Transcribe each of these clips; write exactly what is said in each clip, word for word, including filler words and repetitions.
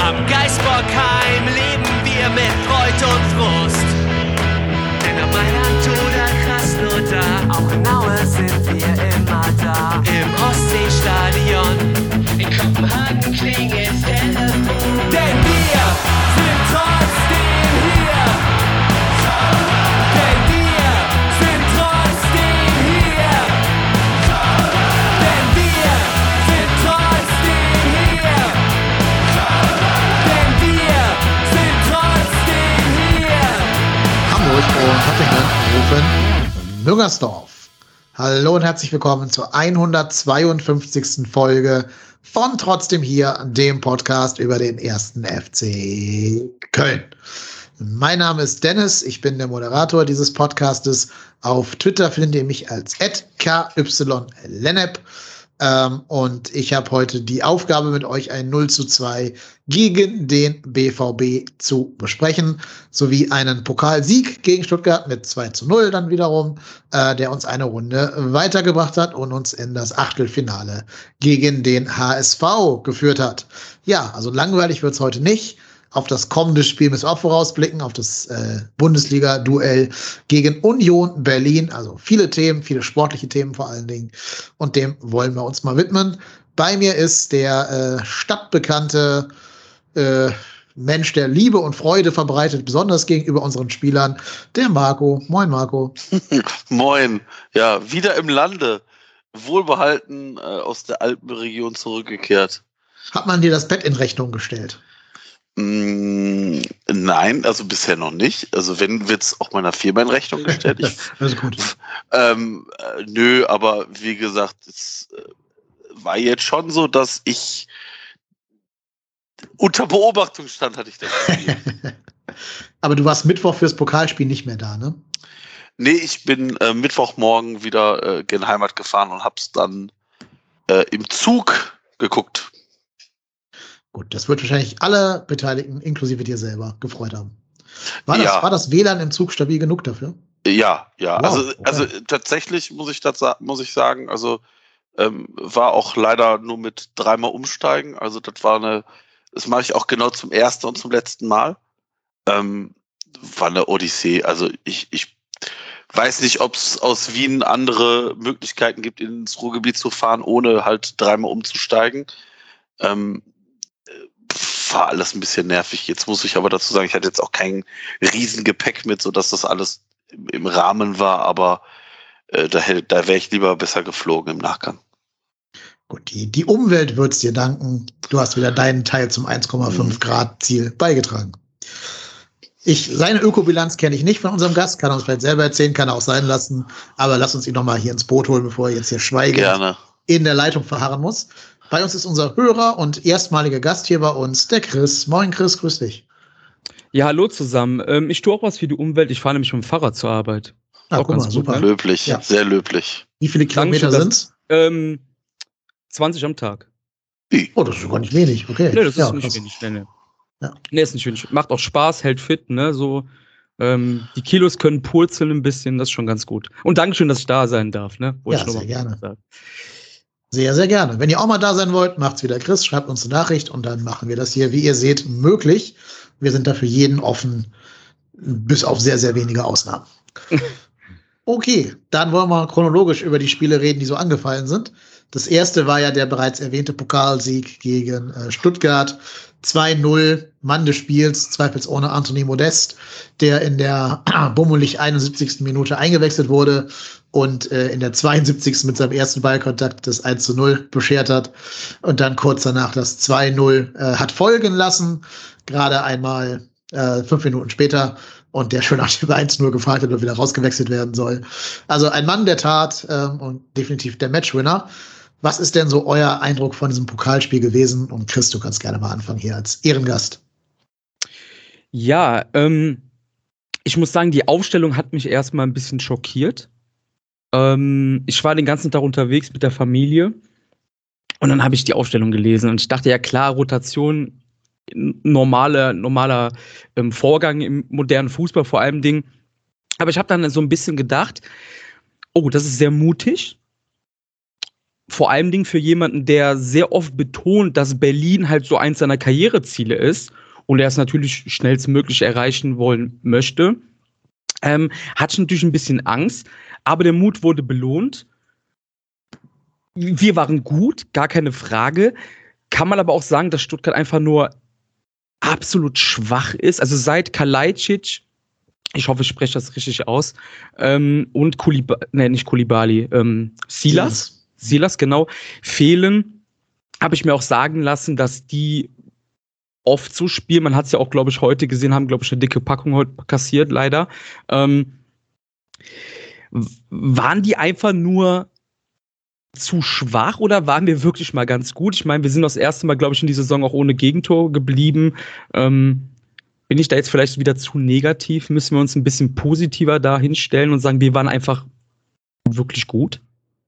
Am Geisbockheim leben wir mit Freud und Frust. Denn ob Mailand oder Krasnodar, auch in Aue sind wir immer da. Im Ostseestadion, in Kopenhagen klingelt Telefon. Denn wir sind trotzdem hier. Denn wir sind trotzdem hier. Denn wir sind trotzdem hier. Denn wir sind trotzdem hier. Hamburg und Hattingen rufen Müngersdorf. Hallo und herzlich willkommen zur hundertzweiundfünfzigsten Folge von Trotzdem hier, dem Podcast über den ersten F C Köln. Mein Name ist Dennis, ich bin der Moderator dieses Podcastes. Auf Twitter findet ihr mich als at k y lennep. Ähm, und ich habe heute die Aufgabe, mit euch ein null zu zwei gegen den B V B zu besprechen, sowie einen Pokalsieg gegen Stuttgart mit zwei zu null dann wiederum, äh, der uns eine Runde weitergebracht hat und uns in das Achtelfinale gegen den H S V geführt hat. Ja, also langweilig wird's heute nicht. Auf das kommende Spiel müssen wir auch vorausblicken, auf das äh, Bundesliga-Duell gegen Union Berlin. Also viele Themen, viele sportliche Themen vor allen Dingen. Und dem wollen wir uns mal widmen. Bei mir ist der äh, stadtbekannte äh, Mensch, der Liebe und Freude verbreitet, besonders gegenüber unseren Spielern, der Marco. Moin, Marco. Moin. Ja, wieder im Lande. Wohlbehalten äh, aus der Alpenregion zurückgekehrt. Hat man dir das Bett in Rechnung gestellt? Mm, nein, also bisher noch nicht. Also wenn, wird es auch meiner Firma in Rechnung gestellt. Ich, das ist gut. Ähm, äh, nö, aber wie gesagt, es äh, war jetzt schon so, dass ich unter Beobachtung stand, hatte ich das Gefühl. Aber du warst Mittwoch fürs Pokalspiel nicht mehr da, ne? Nee, ich bin äh, Mittwochmorgen wieder äh, gen Heimat gefahren und hab's dann äh, im Zug geguckt. Gut, das wird wahrscheinlich alle Beteiligten, inklusive dir selber, gefreut haben. War das, Ja. war das W L A N im Zug stabil genug dafür? Ja, ja. Wow, also, okay. also tatsächlich muss ich das sa- muss ich sagen, also ähm, war auch leider nur mit dreimal umsteigen. Also das war eine, das mache ich auch genau zum ersten und zum letzten Mal. Ähm, war eine Odyssee. Also ich, ich weiß nicht, ob es aus Wien andere Möglichkeiten gibt, ins Ruhrgebiet zu fahren, ohne halt dreimal umzusteigen. Ähm, war alles ein bisschen nervig. Jetzt muss ich aber dazu sagen, ich hatte jetzt auch kein Riesengepäck mit, sodass das alles im, im Rahmen war, aber äh, da, hätte- da wäre ich lieber besser geflogen im Nachgang. Gut, die, die Umwelt wird es dir danken. Du hast wieder deinen Teil zum eins Komma fünf Mhm. Grad Ziel beigetragen. Ich, seine Ökobilanz kenne ich nicht von unserem Gast, kann er uns vielleicht selber erzählen, kann er auch sein lassen, aber lass uns ihn noch mal hier ins Boot holen, bevor er jetzt hier schweigend Gerne. in der Leitung verharren muss. Bei uns ist unser Hörer und erstmaliger Gast hier bei uns, der Chris. Moin Chris, grüß dich. Ja, hallo zusammen. Ähm, ich tue auch was für die Umwelt. Ich fahre nämlich mit dem Fahrrad zur Arbeit. Ah, Auch guck ganz mal, gut, super. ne? Löblich, Ja. sehr löblich. Wie viele Kilometer Dankeschön, sind's? Ähm, zwanzig am Tag. Oh, das ist gar nicht wenig, okay. Nee, das ist Ja, nicht krass. wenig. Nee, nee. Ja. Nee, ist nicht wenig. Macht auch Spaß, hält fit, ne? So, ähm, die Kilos können purzeln ein bisschen, das ist schon ganz gut. Und Dankeschön, dass ich da sein darf, ne? Wollte Ja, ich noch sehr mal gerne. sagen. Sehr, sehr gerne. Wenn ihr auch mal da sein wollt, macht's wieder Chris, schreibt uns eine Nachricht und dann machen wir das hier, wie ihr seht, möglich. Wir sind da für jeden offen, bis auf sehr, sehr wenige Ausnahmen. Okay, dann wollen wir chronologisch über die Spiele reden, die so angefallen sind. Das erste war ja der bereits erwähnte Pokalsieg gegen äh, Stuttgart. zwei null, Mann des Spiels, zweifelsohne Anthony Modest, der in der bummelig einundsiebzigsten Minute eingewechselt wurde und äh, in der zweiundsiebzigsten mit seinem ersten Ballkontakt das eins zu null beschert hat und dann kurz danach das zwei null äh, hat folgen lassen, gerade einmal äh, fünf Minuten später und der schon nach dem eins null gefragt hat, ob er wieder rausgewechselt werden soll. Also ein Mann der Tat ähm, und definitiv der Matchwinner. Was ist denn so euer Eindruck von diesem Pokalspiel gewesen? Und Chris, du kannst gerne mal anfangen hier als Ehrengast. Ja, ähm, ich muss sagen, die Aufstellung hat mich erstmal ein bisschen schockiert. Ähm, ich war den ganzen Tag unterwegs mit der Familie und dann habe ich die Aufstellung gelesen und ich dachte, ja klar, Rotation, n- normale, normaler ähm, Vorgang im modernen Fußball vor allem Ding. Aber ich habe dann so ein bisschen gedacht, oh, das ist sehr mutig. vor allem Dingen für jemanden, der sehr oft betont, dass Berlin halt so eins seiner Karriereziele ist und er es natürlich schnellstmöglich erreichen wollen möchte, ähm, hatte ich natürlich ein bisschen Angst, aber der Mut wurde belohnt. Wir waren gut, gar keine Frage. Kann man aber auch sagen, dass Stuttgart einfach nur absolut schwach ist. Also seit Kalajdzic, ich hoffe, ich spreche das richtig aus, ähm, und Koulibaly, ne, nicht Koulibaly, ähm, Silas. Silas, genau, fehlen, habe ich mir auch sagen lassen, dass die oft so spielen. Man hat es ja auch, glaube ich, heute gesehen, haben, glaube ich, eine dicke Packung heute kassiert, leider. Ähm, waren die einfach nur zu schwach oder waren wir wirklich mal ganz gut? Ich meine, wir sind das erste Mal, glaube ich, in die Saison auch ohne Gegentor geblieben. Ähm, bin ich da jetzt vielleicht wieder zu negativ? Müssen wir uns ein bisschen positiver da hinstellen und sagen, wir waren einfach wirklich gut?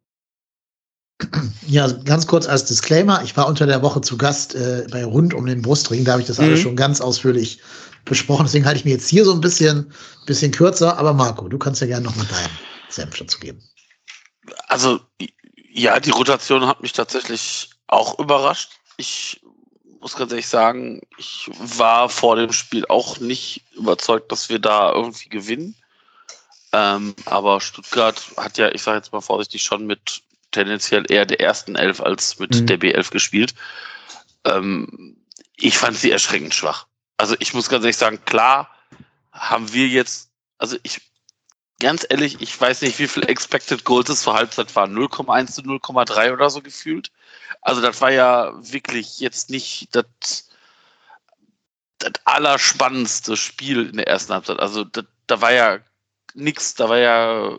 Ja, ganz kurz als Disclaimer, ich war unter der Woche zu Gast äh, bei Rund um den Brustring, da habe ich das mhm. alles schon ganz ausführlich besprochen, deswegen halte ich mir jetzt hier so ein bisschen, bisschen kürzer, aber Marco, du kannst ja gerne noch mal deinen Senf dazu geben. Also, ja, die Rotation hat mich tatsächlich auch überrascht. Ich muss ganz ehrlich sagen, ich war vor dem Spiel auch nicht überzeugt, dass wir da irgendwie gewinnen, ähm, aber Stuttgart hat ja, ich sage jetzt mal vorsichtig, schon mit tendenziell eher der ersten Elf als mit mhm. der B elf gespielt. Ähm, ich fand sie erschreckend schwach. Also ich muss ganz ehrlich sagen, klar haben wir jetzt, also ich, ganz ehrlich, ich weiß nicht, wie viel Expected Goals es zur Halbzeit waren. null Komma eins zu null Komma drei oder so gefühlt. Also das war ja wirklich jetzt nicht das, das allerspannendste Spiel in der ersten Halbzeit. Also das, da war ja nix, da war ja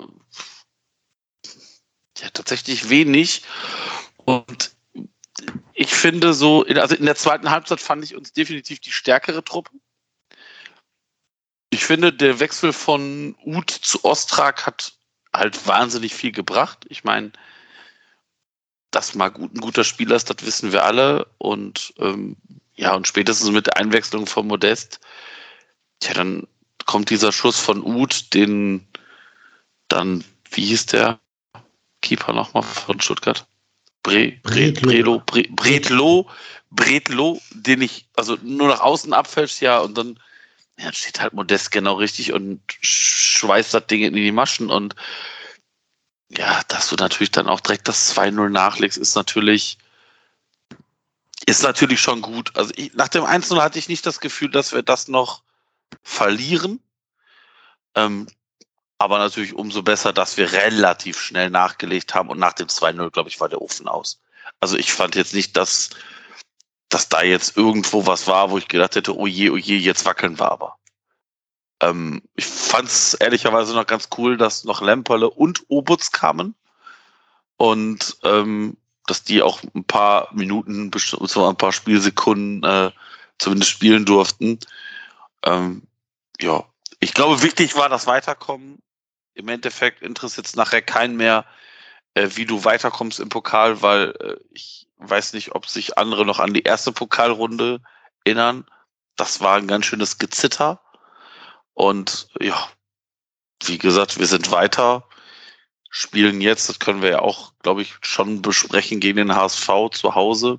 Ja, tatsächlich wenig. Und ich finde so, also in der zweiten Halbzeit fand ich uns definitiv die stärkere Truppe. Ich finde, der Wechsel von Uth zu Ostrak hat halt wahnsinnig viel gebracht. Ich meine, dass mal gut, ein guter Spieler ist, das wissen wir alle. Und ähm, ja, und spätestens mit der Einwechslung von Modest, ja, dann kommt dieser Schuss von Uth, den dann, wie hieß der Keeper nochmal von Stuttgart? Bre, Bre, Bredlo, Bre, Bredlo, Bredlo, den ich, also nur nach außen abfälscht, ja, und dann ja, steht halt Modest genau richtig und schweißt das Ding in die Maschen und ja, dass du natürlich dann auch direkt das zwei null nachlegst, ist natürlich ist natürlich schon gut. Also ich, nach dem eins null hatte ich nicht das Gefühl, dass wir das noch verlieren. Ähm, aber natürlich umso besser, dass wir relativ schnell nachgelegt haben und nach dem zwei null, glaube ich, war der Ofen aus. Also ich fand jetzt nicht, dass, dass da jetzt irgendwo was war, wo ich gedacht hätte, oh je, oh je, jetzt wackeln wir aber. Ähm, ich fand es ehrlicherweise noch ganz cool, dass noch Lemperle und Obutz kamen und ähm, dass die auch ein paar Minuten, so ein paar Spielsekunden äh, zumindest spielen durften. Ähm, ja, ich glaube, wichtig war das Weiterkommen. Im Endeffekt interessiert es nachher keinen mehr, äh, wie du weiterkommst im Pokal, weil äh, ich weiß nicht, ob sich andere noch an die erste Pokalrunde erinnern. Das war ein ganz schönes Gezitter. Und ja, wie gesagt, wir sind weiter, spielen jetzt, das können wir ja auch, glaube ich, schon besprechen, gegen den H S V zu Hause.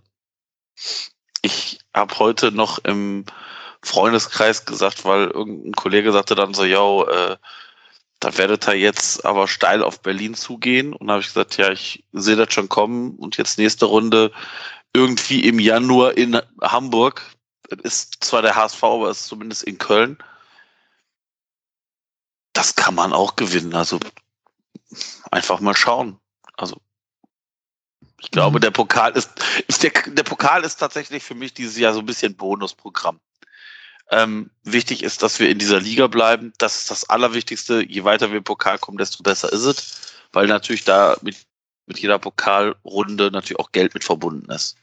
Ich habe heute noch im Freundeskreis gesagt, weil irgendein Kollege sagte dann so, ja, äh, da werdet ihr jetzt aber steil auf Berlin zugehen. Und da habe ich gesagt, ja, ich sehe das schon kommen. Und jetzt nächste Runde irgendwie im Januar in Hamburg. Das ist zwar der H S V, aber es ist zumindest in Köln. Das kann man auch gewinnen. Also einfach mal schauen. Also ich glaube, der Pokal ist, ist der, der Pokal ist tatsächlich für mich dieses Jahr so ein bisschen Bonusprogramm. Ähm, wichtig ist, dass wir in dieser Liga bleiben. Das ist das Allerwichtigste. Je weiter wir im Pokal kommen, desto besser ist es. Weil natürlich da mit, mit jeder Pokalrunde natürlich auch Geld mit verbunden ist.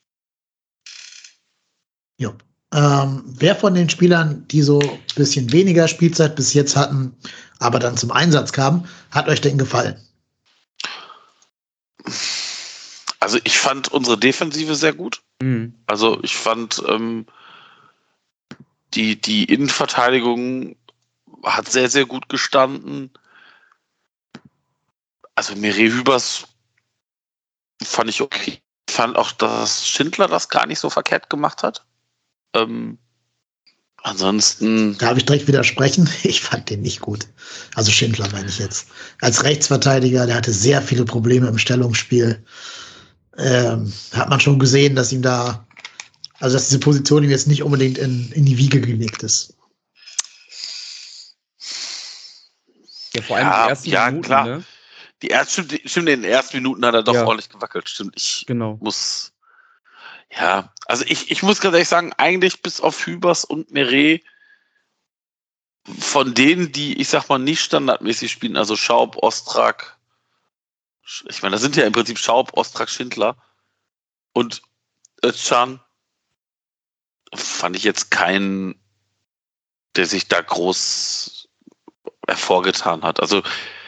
Ja. Ähm, wer von den Spielern, die so ein bisschen weniger Spielzeit bis jetzt hatten, aber dann zum Einsatz kamen, hat euch denn gefallen? Also ich fand unsere Defensive sehr gut. Mhm. Also ich fand ähm, die, die Innenverteidigung hat sehr, sehr gut gestanden. Also Mire Hübers fand ich okay. Ich fand auch, dass Schindler das gar nicht so verkehrt gemacht hat. Ähm, ansonsten. Darf ich direkt widersprechen? Ich fand den nicht gut. Also Schindler meine ich jetzt. Als Rechtsverteidiger, der hatte sehr viele Probleme im Stellungsspiel. Ähm, hat man schon gesehen, dass ihm da, also dass diese Position ihm jetzt nicht unbedingt in, in die Wiege gelegt ist. Ja, vor allem Ja, die ersten ja, Minuten, klar. ne? Die ersten, stimmt, stimmt, in den ersten Minuten hat er doch Ja. ordentlich gewackelt. Stimmt, ich Genau. muss, ja, also ich, ich muss ganz ehrlich sagen, eigentlich bis auf Hübers und Meret, von denen, die, ich sag mal, nicht standardmäßig spielen, also Schaub, Ostrak, ich meine, das sind ja im Prinzip Schaub, Ostrak, Schindler und Özcan, fand ich jetzt keinen, der sich da groß hervorgetan hat. Also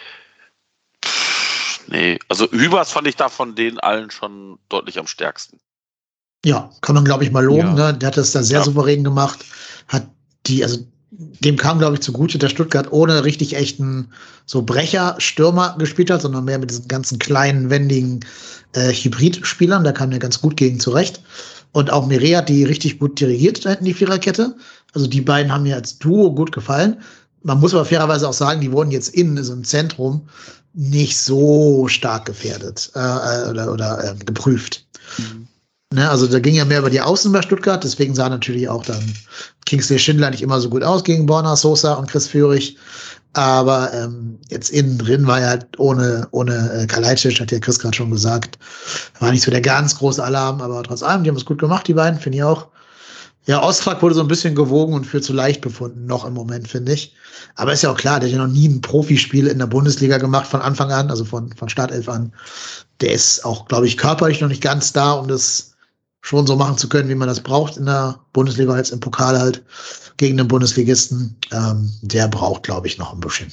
nee, also Hübers fand ich da von denen allen schon deutlich am stärksten. Ja, kann man, glaube ich, mal loben. Ja. Ne? Der hat das da sehr Ja. souverän gemacht. Hat die, also dem kam, glaube ich, zugute, dass Stuttgart ohne richtig echten so Brecher-Stürmer gespielt hat, sondern mehr mit diesen ganzen kleinen, wendigen äh, Hybrid-Spielern. Da kam der ganz gut gegen zurecht. Und auch Meret hat die richtig gut dirigiert, da hinten die Viererkette. Also die beiden haben mir als Duo gut gefallen. Man muss aber fairerweise auch sagen, die wurden jetzt innen, also im Zentrum, nicht so stark gefährdet äh, oder, oder äh, geprüft. Mhm. Ne, also da ging ja mehr über die Außen bei Stuttgart, deswegen sah natürlich auch dann Kingsley Schindler nicht immer so gut aus gegen Borna Sosa und Chris Führig. Aber ähm, jetzt innen drin war er halt ohne, ohne äh, Kalajdzic, hat ja Chris gerade schon gesagt, war nicht so der ganz große Alarm, aber trotz allem, die haben es gut gemacht, die beiden, finde ich auch. Ja, Ostrak wurde so ein bisschen gewogen und für zu leicht befunden, noch im Moment, finde ich. Aber ist ja auch klar, der hat ja noch nie ein Profispiel in der Bundesliga gemacht von Anfang an, also von, von Startelf an. Der ist auch, glaube ich, körperlich noch nicht ganz da, um das schon so machen zu können, wie man das braucht in der Bundesliga, jetzt im Pokal halt, gegen den Bundesligisten. Ähm, der braucht, glaube ich, noch ein bisschen.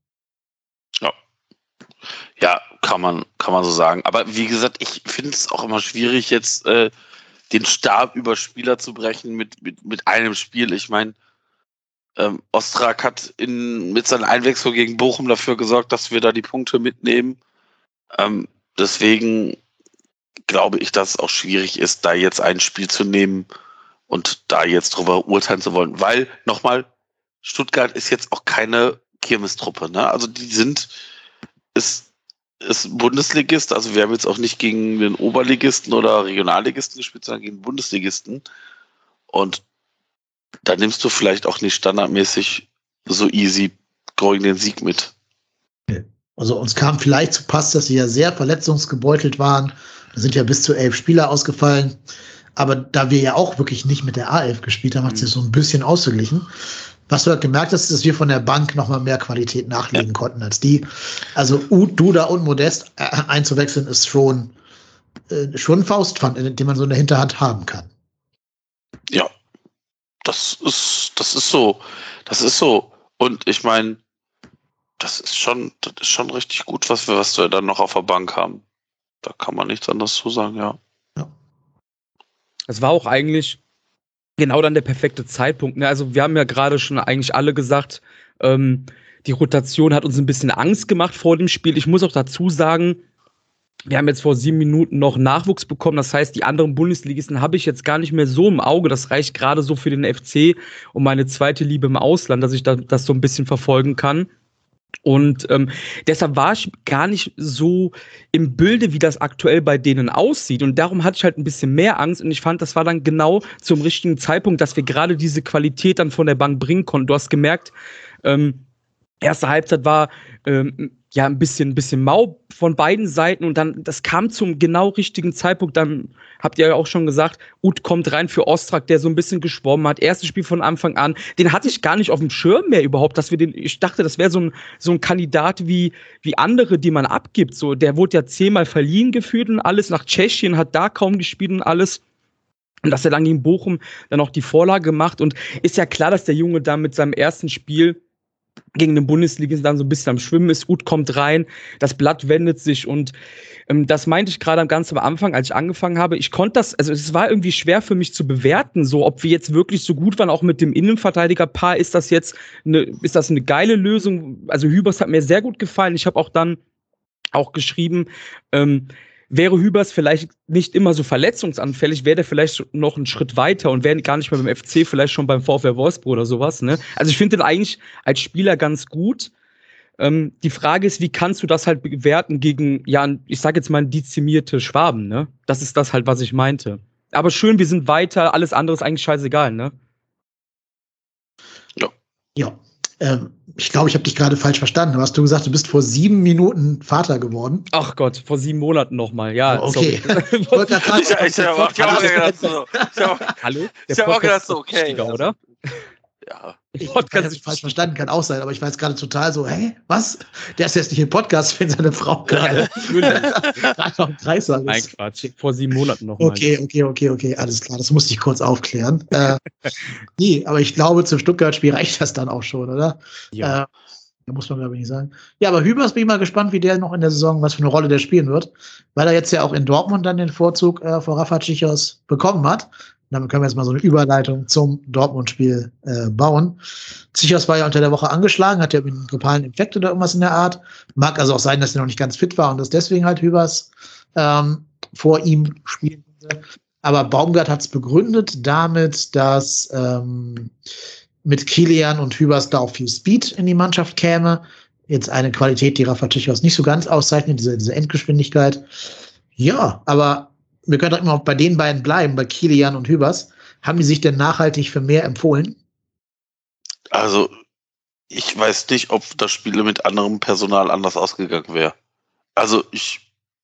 Ja. Ja, kann man, kann man so sagen. Aber wie gesagt, ich finde es auch immer schwierig, jetzt äh, den Stab über Spieler zu brechen mit, mit, mit einem Spiel. Ich meine, ähm, Ostrak hat in, mit seiner Einwechslung gegen Bochum dafür gesorgt, dass wir da die Punkte mitnehmen. Ähm, deswegen glaube ich, dass es auch schwierig ist, da jetzt ein Spiel zu nehmen und da jetzt drüber urteilen zu wollen. Weil, nochmal, Stuttgart ist jetzt auch keine Kirmestruppe. Ne? Also die sind, ist, ist Bundesligist, also wir haben jetzt auch nicht gegen den Oberligisten oder Regionalligisten gespielt, sondern gegen Bundesligisten. Und da nimmst du vielleicht auch nicht standardmäßig so easy going den Sieg mit. Also uns kam vielleicht zu Pass, dass sie ja sehr verletzungsgebeutelt waren. Da sind ja bis zu elf Spieler ausgefallen. Aber da wir ja auch wirklich nicht mit der A elf gespielt haben, hat sich so ein bisschen ausgeglichen. Was du halt gemerkt hast, ist, dass wir von der Bank noch mal mehr Qualität nachlegen ja. konnten als die. Also Uth, Duda und Modest äh, einzuwechseln, ist schon, äh, schon ein Faustpfand, den man so in der Hinterhand haben kann. Ja, das ist, das ist so. Das ist so. Und ich meine, das ist schon, das ist schon richtig gut, was wir, was wir dann noch auf der Bank haben. Da kann man nichts anderes zu sagen, ja. ja. Es war auch eigentlich genau dann der perfekte Zeitpunkt. Ne? Also wir haben ja gerade schon eigentlich alle gesagt, ähm, die Rotation hat uns ein bisschen Angst gemacht vor dem Spiel. Ich muss auch dazu sagen, wir haben jetzt vor sieben Minuten noch Nachwuchs bekommen. Das heißt, die anderen Bundesligisten habe ich jetzt gar nicht mehr so im Auge. Das reicht gerade so für den F C und meine zweite Liebe im Ausland, dass ich da, das so ein bisschen verfolgen kann. Und ähm, deshalb war ich gar nicht so im Bilde, wie das aktuell bei denen aussieht. Und darum hatte ich halt ein bisschen mehr Angst. Und ich fand, das war dann genau zum richtigen Zeitpunkt, dass wir gerade diese Qualität dann von der Bank bringen konnten. Du hast gemerkt, ähm, erste Halbzeit war ähm, ja ein bisschen, ein bisschen mau von beiden Seiten. Und dann, das kam zum genau richtigen Zeitpunkt. Dann habt ihr ja auch schon gesagt, Uth kommt rein für Ostrak, der so ein bisschen geschwommen hat. Erstes Spiel von Anfang an. Den hatte ich gar nicht auf dem Schirm mehr überhaupt, dass wir den, ich dachte, das wäre so ein, so ein Kandidat wie, wie andere, die man abgibt. So, der wurde ja zehnmal verliehen geführt und alles. Nach Tschechien hat da kaum gespielt und alles. Und dass er dann gegen Bochum dann auch die Vorlage gemacht. Und ist ja klar, dass der Junge da mit seinem ersten Spiel gegen den Bundesligisten dann so ein bisschen am Schwimmen ist. Uth kommt rein, das Blatt wendet sich und ähm, das meinte ich gerade ganz am Anfang, als ich angefangen habe. Ich konnte das, also es war irgendwie schwer für mich zu bewerten, so ob wir jetzt wirklich so gut waren, auch mit dem Innenverteidigerpaar. Ist das jetzt eine, ist das eine geile Lösung? Also Hübers hat mir sehr gut gefallen. Ich habe auch dann auch geschrieben, ähm, wäre Hübers vielleicht nicht immer so verletzungsanfällig, wäre der vielleicht noch einen Schritt weiter und wäre gar nicht mehr beim F C, vielleicht schon beim VfL Wolfsburg oder sowas. Ne? Also ich finde den eigentlich als Spieler ganz gut. Ähm, die Frage ist, wie kannst du das halt bewerten gegen, ja, ich sag jetzt mal, dezimierte Schwaben, ne? Das ist das halt, was ich meinte. Aber schön, wir sind weiter, alles andere ist eigentlich scheißegal, ne? Ja. Ja. Ähm, ich glaube, ich habe dich gerade falsch verstanden. Du hast du gesagt, du bist vor sieben Minuten Vater geworden. Ach Gott, vor sieben Monaten nochmal, ja. Oh, okay. Sorry. Ich wollte gerade sagen, Ich, ich habe auch gedacht, so, ich hab, Hallo? ich Der hab auch Podcast gedacht, ist so, okay. wichtiger, oder? Ja. Ich Der habe Podcast das ist falsch verstanden, kann auch sein, aber ich war jetzt gerade total so, hä, was? Der ist jetzt nicht im Podcast, wenn seine Frau gerade gerade noch im Kreissaal Nein, ist. Quatsch. Vor sieben Monaten nochmal. Okay, okay, okay, okay, alles klar, das musste ich kurz aufklären. äh, nee, aber ich glaube, zum Stuttgart-Spiel reicht das dann auch schon, oder? Ja. Äh, da muss man, glaube ich, nicht sagen. Ja, aber Hübers bin ich mal gespannt, wie der noch in der Saison, was für eine Rolle der spielen wird, weil er jetzt ja auch in Dortmund dann den Vorzug äh, vor Rafa Cijos bekommen hat. Damit können wir jetzt mal so eine Überleitung zum Dortmund-Spiel äh, bauen. Cijos war ja unter der Woche angeschlagen, hat ja einen grippalen Infekt oder irgendwas in der Art. Mag also auch sein, dass er noch nicht ganz fit war und dass deswegen halt Hübers ähm, vor ihm spielen konnte. Aber Baumgart hat es begründet damit, dass ähm, mit Kilian und Hübers da auch viel Speed in die Mannschaft käme. Jetzt eine Qualität, die Rafa Cijos nicht so ganz auszeichnet, diese, diese Endgeschwindigkeit. Ja, aber wir können doch immer auch bei den beiden bleiben, bei Kilian und Hübers. Haben die sich denn nachhaltig für mehr empfohlen? Also, ich weiß nicht, ob das Spiel mit anderem Personal anders ausgegangen wäre. Also, ich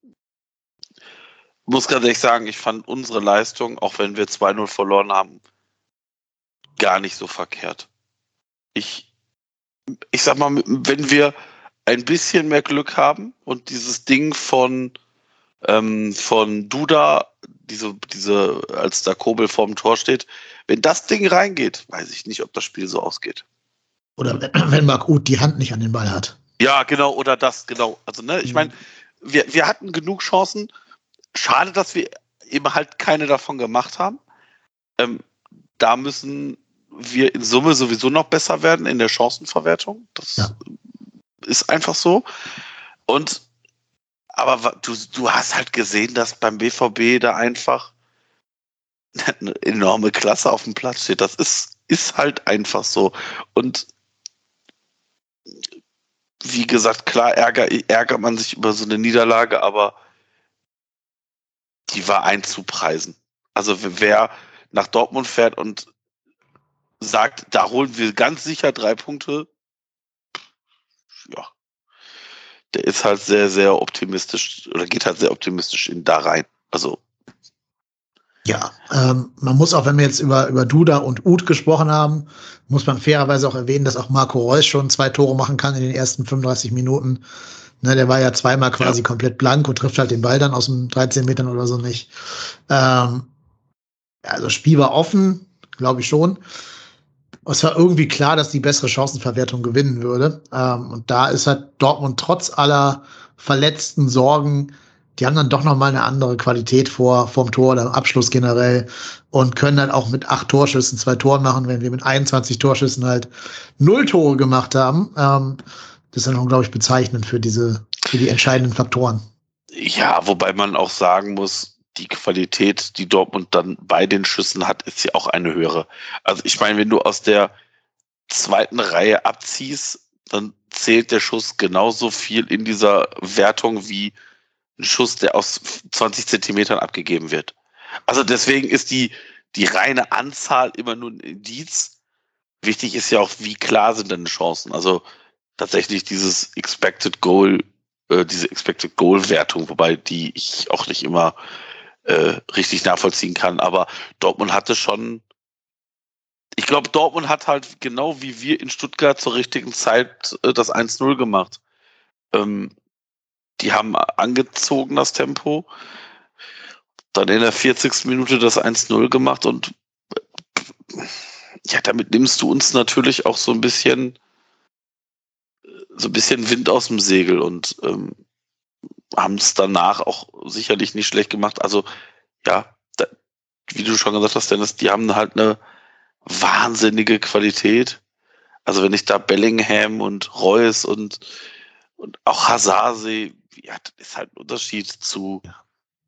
muss ganz ehrlich sagen, ich fand unsere Leistung, auch wenn wir zwei null verloren haben, gar nicht so verkehrt. Ich, ich sag mal, wenn wir ein bisschen mehr Glück haben und dieses Ding von Ähm, von Duda, diese, diese, als da Kobel vorm Tor steht, wenn das Ding reingeht, weiß ich nicht, ob das Spiel so ausgeht. Oder wenn Marc Uth die Hand nicht an den Ball hat. Ja, genau, oder das, genau. Also, ne, ich meine, wir, wir hatten genug Chancen. Schade, dass wir eben halt keine davon gemacht haben. Ähm, da müssen wir in Summe sowieso noch besser werden in der Chancenverwertung. Das ja. ist einfach so. Und aber du, du hast halt gesehen, dass beim B V B da einfach eine enorme Klasse auf dem Platz steht. Das ist, ist halt einfach so. Und wie gesagt, klar ärger, ärgert man sich über so eine Niederlage, aber die war einzupreisen. Also wer nach Dortmund fährt und sagt, da holen wir ganz sicher drei Punkte, ja, der ist halt sehr, sehr optimistisch oder geht halt sehr optimistisch in da rein. Also. Ja, ähm, man muss auch, wenn wir jetzt über, über Duda und Uth gesprochen haben, muss man fairerweise auch erwähnen, dass auch Marco Reus schon zwei Tore machen kann in den ersten fünfunddreißig Minuten. Ne, der war ja zweimal quasi ja. komplett blank und trifft halt den Ball dann aus dem dreizehn Metern oder so nicht. Ähm, also Spiel war offen, glaube ich schon. Es war irgendwie klar, dass die bessere Chancenverwertung gewinnen würde. Ähm, und da ist halt Dortmund trotz aller verletzten Sorgen, die haben dann doch noch mal eine andere Qualität vor vorm Tor oder im Abschluss generell und können dann auch mit acht Torschüssen zwei Toren machen, wenn wir mit einundzwanzig Torschüssen halt null Tore gemacht haben. Ähm, das ist dann, glaube ich, bezeichnend für diese für die entscheidenden Faktoren. Ja, wobei man auch sagen muss, die Qualität, die Dortmund dann bei den Schüssen hat, ist ja auch eine höhere. Also ich meine, wenn du aus der zweiten Reihe abziehst, dann zählt der Schuss genauso viel in dieser Wertung wie ein Schuss, der aus zwanzig Zentimetern abgegeben wird. Also deswegen ist die, die reine Anzahl immer nur ein Indiz. Wichtig ist ja auch, wie klar sind deine Chancen. Also tatsächlich dieses Expected Goal, äh, diese Expected Goal Wertung, wobei die ich auch nicht immer Äh, richtig nachvollziehen kann, aber Dortmund hatte schon, ich glaube, Dortmund hat halt genau wie wir in Stuttgart zur richtigen Zeit äh, das eins null gemacht. Ähm, die haben angezogen das Tempo, dann in der vierzigsten Minute das eins null gemacht und äh, ja, damit nimmst du uns natürlich auch so ein bisschen so ein bisschen Wind aus dem Segel und ähm, haben es danach auch sicherlich nicht schlecht gemacht. Also, ja, da, wie du schon gesagt hast, Dennis, die haben halt eine wahnsinnige Qualität. Also, wenn ich da Bellingham und Reus und, und auch Hazard sehe, ja, das ist halt ein Unterschied zu,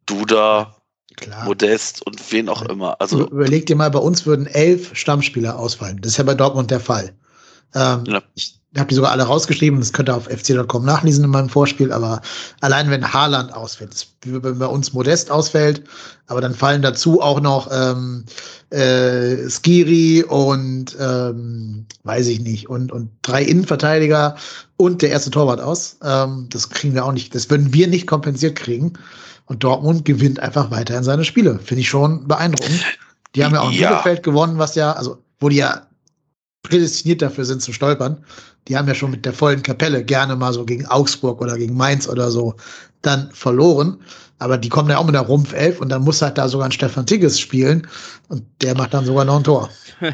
Duda, Klar. Modest und wen auch immer. Also überleg dir mal, bei uns würden elf Stammspieler ausfallen. Das ist ja bei Dortmund der Fall. Ähm, ja. Ich habe die sogar alle rausgeschrieben. Das könnt ihr auf f c punkt com nachlesen in meinem Vorspiel. Aber allein wenn Haaland ausfällt, wie bei uns Modest ausfällt, aber dann fallen dazu auch noch ähm, äh, Skiri und ähm, weiß ich nicht und und drei Innenverteidiger und der erste Torwart aus. Ähm, das kriegen wir auch nicht. Das würden wir nicht kompensiert kriegen. Und Dortmund gewinnt einfach weiterhin seine Spiele. Finde ich schon beeindruckend. Die haben ja auch in Ja. Bielefeld gewonnen, was ja, also, wo die ja prädestiniert dafür sind zu stolpern. Die haben ja schon mit der vollen Kapelle gerne mal so gegen Augsburg oder gegen Mainz oder so dann verloren. Aber die kommen ja auch mit der Rumpfelf und dann muss halt da sogar ein Stefan Tigges spielen und der macht dann sogar noch ein Tor.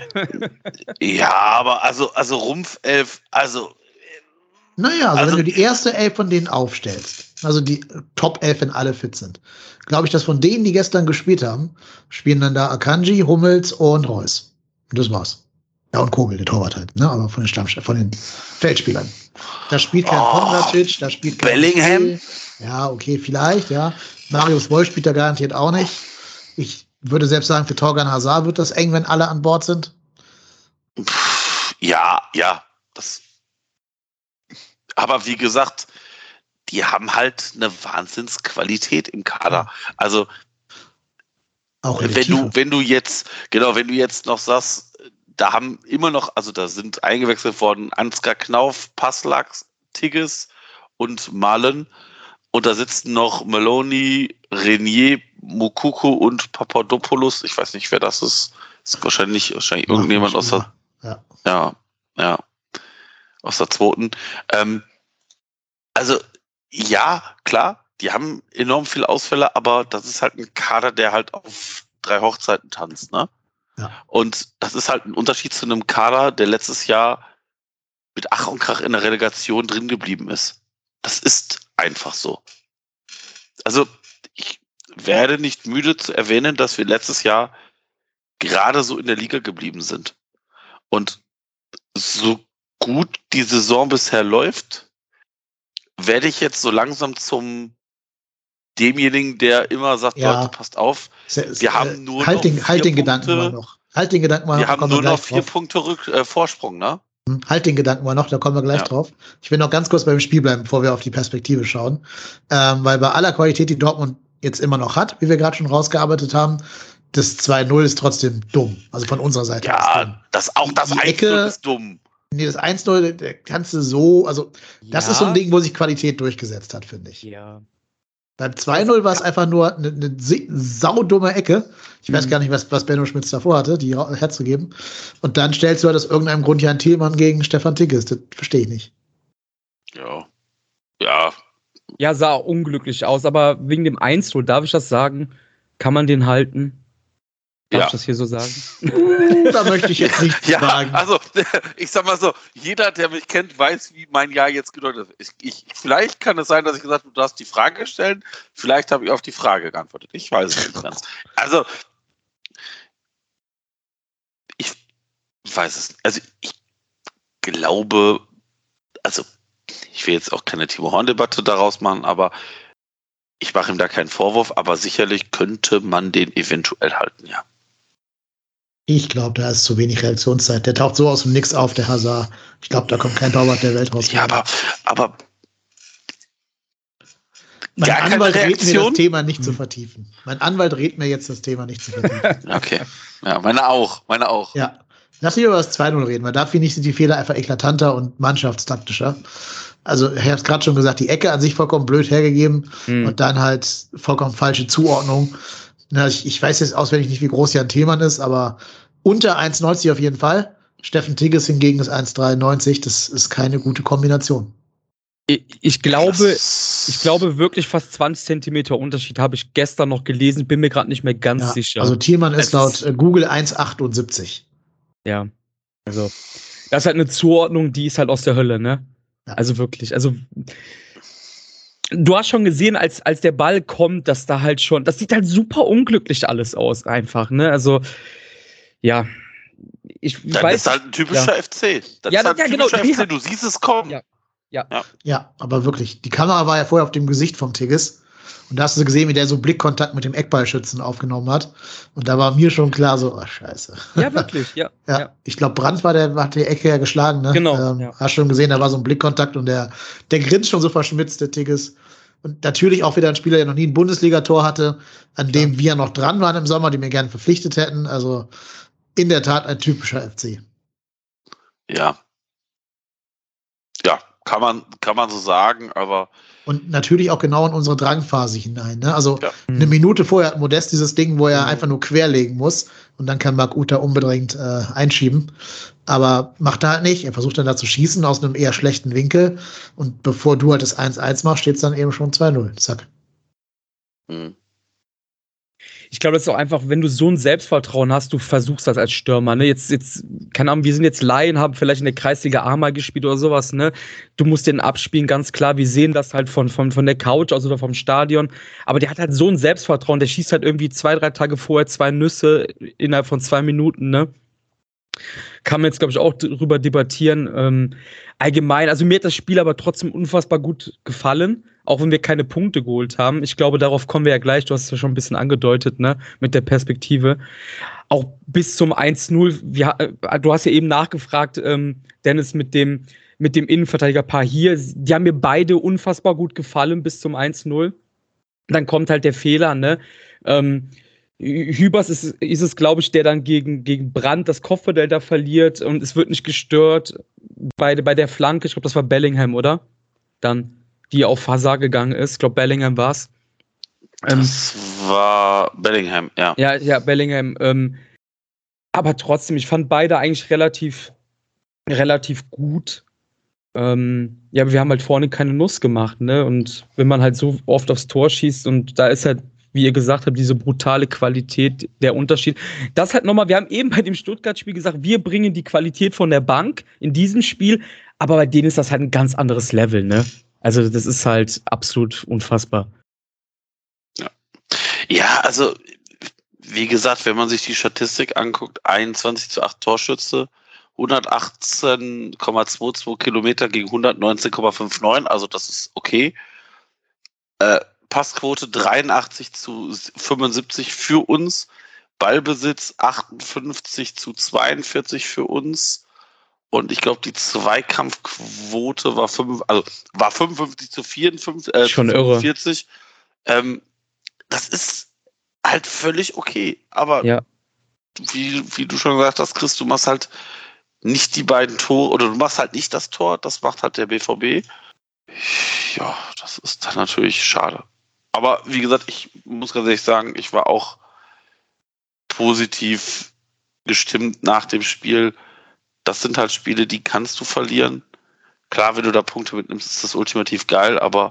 Ja, aber also, also Rumpfelf, also Naja, also, Also- wenn du die erste Elf von denen aufstellst, also die Top elf, wenn alle fit sind, glaube ich, dass von denen, die gestern gespielt haben, spielen dann da Akanji, Hummels und Reus. Und das war's. Ja, und Kogel, der Torwart halt, ne? Aber von den Stammspielern, von den Feldspielern. Da spielt kein Oh, Pongracic, da spielt kein Bellingham? Ja, okay, vielleicht, ja. Marius Wolf spielt da garantiert auch nicht. Ich würde selbst sagen, für Torgan Hazard wird das eng, wenn alle an Bord sind. pff, ja, ja, das. Aber wie gesagt, die haben halt eine Wahnsinnsqualität im Kader. Also Auch in der wenn du, Tiefe. wenn du jetzt, genau, wenn du jetzt noch sagst, da haben immer noch, also da sind eingewechselt worden Ansgar Knauf, Passlack, Tigges und Malen. Und da sitzen noch Maloney, Renier, Moukoko und Papadopoulos. Ich weiß nicht, wer das ist. Das ist wahrscheinlich, wahrscheinlich irgendjemand aus der, Ja. ja, ja, aus der zweiten. Ähm, also, ja, klar, die haben enorm viele Ausfälle, aber das ist halt ein Kader, der halt auf drei Hochzeiten tanzt, ne? Ja. Und das ist halt ein Unterschied zu einem Kader, der letztes Jahr mit Ach und Krach in der Relegation drin geblieben ist. Das ist einfach so. Also, ich werde nicht müde zu erwähnen, dass wir letztes Jahr gerade so in der Liga geblieben sind. Und so gut die Saison bisher läuft, werde ich jetzt so langsam zum demjenigen, der immer sagt, Ja. Leute, passt auf, Se- wir äh, haben nur halt noch den, vier halt den Punkte. Gedanken mal noch. Halt den Gedanken mal wir noch, da haben kommen nur gleich noch vier drauf. Punkte Rück, äh, Vorsprung, ne? Hm, Halt den Gedanken mal noch, da kommen wir gleich Ja. drauf. Ich will noch ganz kurz beim Spiel bleiben, bevor wir auf die Perspektive schauen. Ähm, weil bei aller Qualität, die Dortmund jetzt immer noch hat, wie wir gerade schon rausgearbeitet haben, das zwei null ist trotzdem dumm. Also von unserer Seite aus dumm. Ja, das, auch das Die eins null Ecke- ist dumm. Nee, das eins null, da kannst du so, also das Ja. ist so ein Ding, wo sich Qualität durchgesetzt hat, finde ich. Ja. Beim zwei null war es einfach nur eine, eine si- saudumme Ecke. Ich weiß Mhm. gar nicht, was, was Benno Schmitz davor hatte, die ra- herzugeben. Und dann stellst du halt aus irgendeinem Grund Jan Thielmann gegen Stefan Tigges. Das verstehe ich nicht. Ja. Ja. Ja, sah unglücklich aus, aber wegen dem eins null, darf ich das sagen? Kann man den halten? Darf Ja. ich das hier so sagen? Da möchte ich jetzt nichts Ja, sagen. also ich sag mal so, jeder, der mich kennt, weiß, wie mein Jahr jetzt gedeutet ist. Ich, ich, vielleicht kann es sein, dass ich gesagt habe, du darfst die Frage stellen. Vielleicht habe ich auf die Frage geantwortet. Ich weiß es nicht ganz. Also, ich weiß es nicht. Also, ich glaube, also, ich will jetzt auch keine Timo Horn-Debatte daraus machen, aber ich mache ihm da keinen Vorwurf, aber sicherlich könnte man den eventuell halten, ja. Ich glaube, da ist zu wenig Reaktionszeit. Der taucht so aus dem Nix auf, der Hazard. Ich glaube, da kommt kein Torwart der Welt raus. Ja, aber, aber mein gar keine Anwalt rät mir, das Reaktion? Thema nicht zu vertiefen. Mein Anwalt rät mir jetzt, das Thema nicht zu vertiefen. Okay. Ja, meine auch. Meine auch. Ja. Lass mich über das zwei null reden, weil da finde ich, sind die Fehler einfach eklatanter und mannschaftstaktischer. Also, ich habe es gerade schon gesagt, die Ecke an sich vollkommen blöd hergegeben Mhm. und dann halt vollkommen falsche Zuordnung. Na, ich, ich weiß jetzt auswendig nicht, wie groß Jan Thielmann ist, aber unter eins neunzig auf jeden Fall. Steffen Tigges hingegen ist eins dreiundneunzig. Das ist keine gute Kombination. Ich, ich glaube, Das- ich glaube wirklich fast zwanzig Zentimeter Unterschied habe ich gestern noch gelesen, bin mir gerade nicht mehr ganz Ja, sicher. also Thielmann ist Es laut ist- äh, Google eins achtundsiebzig. Ja. Also, das ist halt eine Zuordnung, die ist halt aus der Hölle, ne? Ja. Also wirklich, also du hast schon gesehen, als, als der Ball kommt, dass da halt schon, das sieht halt super unglücklich alles aus, einfach, ne? Also, ja. Ich, ich Das weiß, ist halt ein typischer ja. F C. Das Ja, ist halt ja, ein genau, typischer die F C. hat- Du siehst es kommen. Ja. Ja, aber wirklich. Die Kamera war ja vorher auf dem Gesicht vom Tigges. Und da hast du gesehen, wie der so Blickkontakt mit dem Eckballschützen aufgenommen hat. Und da war mir schon klar so, oh, scheiße. Ja, wirklich, ja. ja, ja. Ich glaube, Brandt war der, hat die Ecke ja geschlagen, ne? Genau. Ähm, Ja. Hast schon gesehen, da war so ein Blickkontakt und der, der grinst schon so verschmitzt, der Tigges. Und natürlich auch wieder ein Spieler, der noch nie ein Bundesligator hatte, an Klar. dem wir noch dran waren im Sommer, die wir gerne verpflichtet hätten. Also in der Tat ein typischer F C. Ja. Ja, kann man, kann man so sagen, aber. Und natürlich auch genau in unsere Drangphase hinein. Ne? Also Ja. eine Minute vorher hat Modest dieses Ding, wo er Mhm. einfach nur querlegen muss und dann kann Marc Uta unbedingt äh, einschieben. Aber macht er halt nicht. Er versucht dann da zu schießen aus einem eher schlechten Winkel. Und bevor du halt das eins eins machst, steht es dann eben schon zwei null. Zack. Hm. Ich glaube, das ist auch einfach, wenn du so ein Selbstvertrauen hast, du versuchst das als Stürmer, ne? Jetzt, jetzt, keine Ahnung, wir sind jetzt Laien, haben vielleicht in der Kreisliga A mal gespielt oder sowas, ne? Du musst den abspielen, ganz klar. Wir sehen das halt von, von, von der Couch aus oder vom Stadion. Aber der hat halt so ein Selbstvertrauen, der schießt halt irgendwie zwei, drei Tage vorher zwei Nüsse innerhalb von zwei Minuten, ne? Kann man jetzt, glaube ich, auch drüber debattieren. Ähm, allgemein, also mir hat das Spiel aber trotzdem unfassbar gut gefallen, auch wenn wir keine Punkte geholt haben. Ich glaube, darauf kommen wir ja gleich, du hast es ja schon ein bisschen angedeutet, ne, mit der Perspektive. Auch bis zum eins null, wir, äh, du hast ja eben nachgefragt, ähm, Dennis, mit dem, mit dem Innenverteidigerpaar hier, die haben mir beide unfassbar gut gefallen bis zum eins null. Dann kommt halt der Fehler, ne, ähm, Hübers ist, ist es, glaube ich, der dann gegen, gegen Brandt das Kopfball da verliert und es wird nicht gestört bei, bei der Flanke. Ich glaube, das war Bellingham, oder? Dann, die auf Hazard gegangen ist. Ich glaube, Bellingham war es. Ähm, Das war Bellingham, ja. ja, ja, Bellingham. Ähm, aber trotzdem, ich fand beide eigentlich relativ, relativ gut. Ähm, ja, aber wir haben halt vorne keine Nuss gemacht, ne? Und wenn man halt so oft aufs Tor schießt und da ist halt, wie ihr gesagt habt, diese brutale Qualität, der Unterschied. Das halt nochmal, wir haben eben bei dem Stuttgart-Spiel gesagt, wir bringen die Qualität von der Bank in diesem Spiel, aber bei denen ist das halt ein ganz anderes Level, ne? Also das ist halt absolut unfassbar. Ja, ja, also wie gesagt, wenn man sich die Statistik anguckt, einundzwanzig zu acht Torschütze, hundertachtzehn Komma zweiundzwanzig Kilometer gegen hundertneunzehn Komma neunundfünfzig, also das ist okay. Äh, Passquote dreiundachtzig zu fünfundsiebzig für uns, Ballbesitz achtundfünfzig zu zweiundvierzig für uns und ich glaube die Zweikampfquote war fünf, also war fünfundfünfzig zu vierundfünfzig, äh, Schon zu irre. fünfundvierzig. Ähm, das ist halt völlig okay, aber Ja. wie, wie du schon gesagt hast, Chris, du machst halt nicht die beiden Tore oder du machst halt nicht das Tor, das macht halt der B V B. Ja, das ist dann natürlich schade. Aber wie gesagt, ich muss ganz ehrlich sagen, ich war auch positiv gestimmt nach dem Spiel. Das sind halt Spiele, die kannst du verlieren. Klar, wenn du da Punkte mitnimmst, ist das ultimativ geil, aber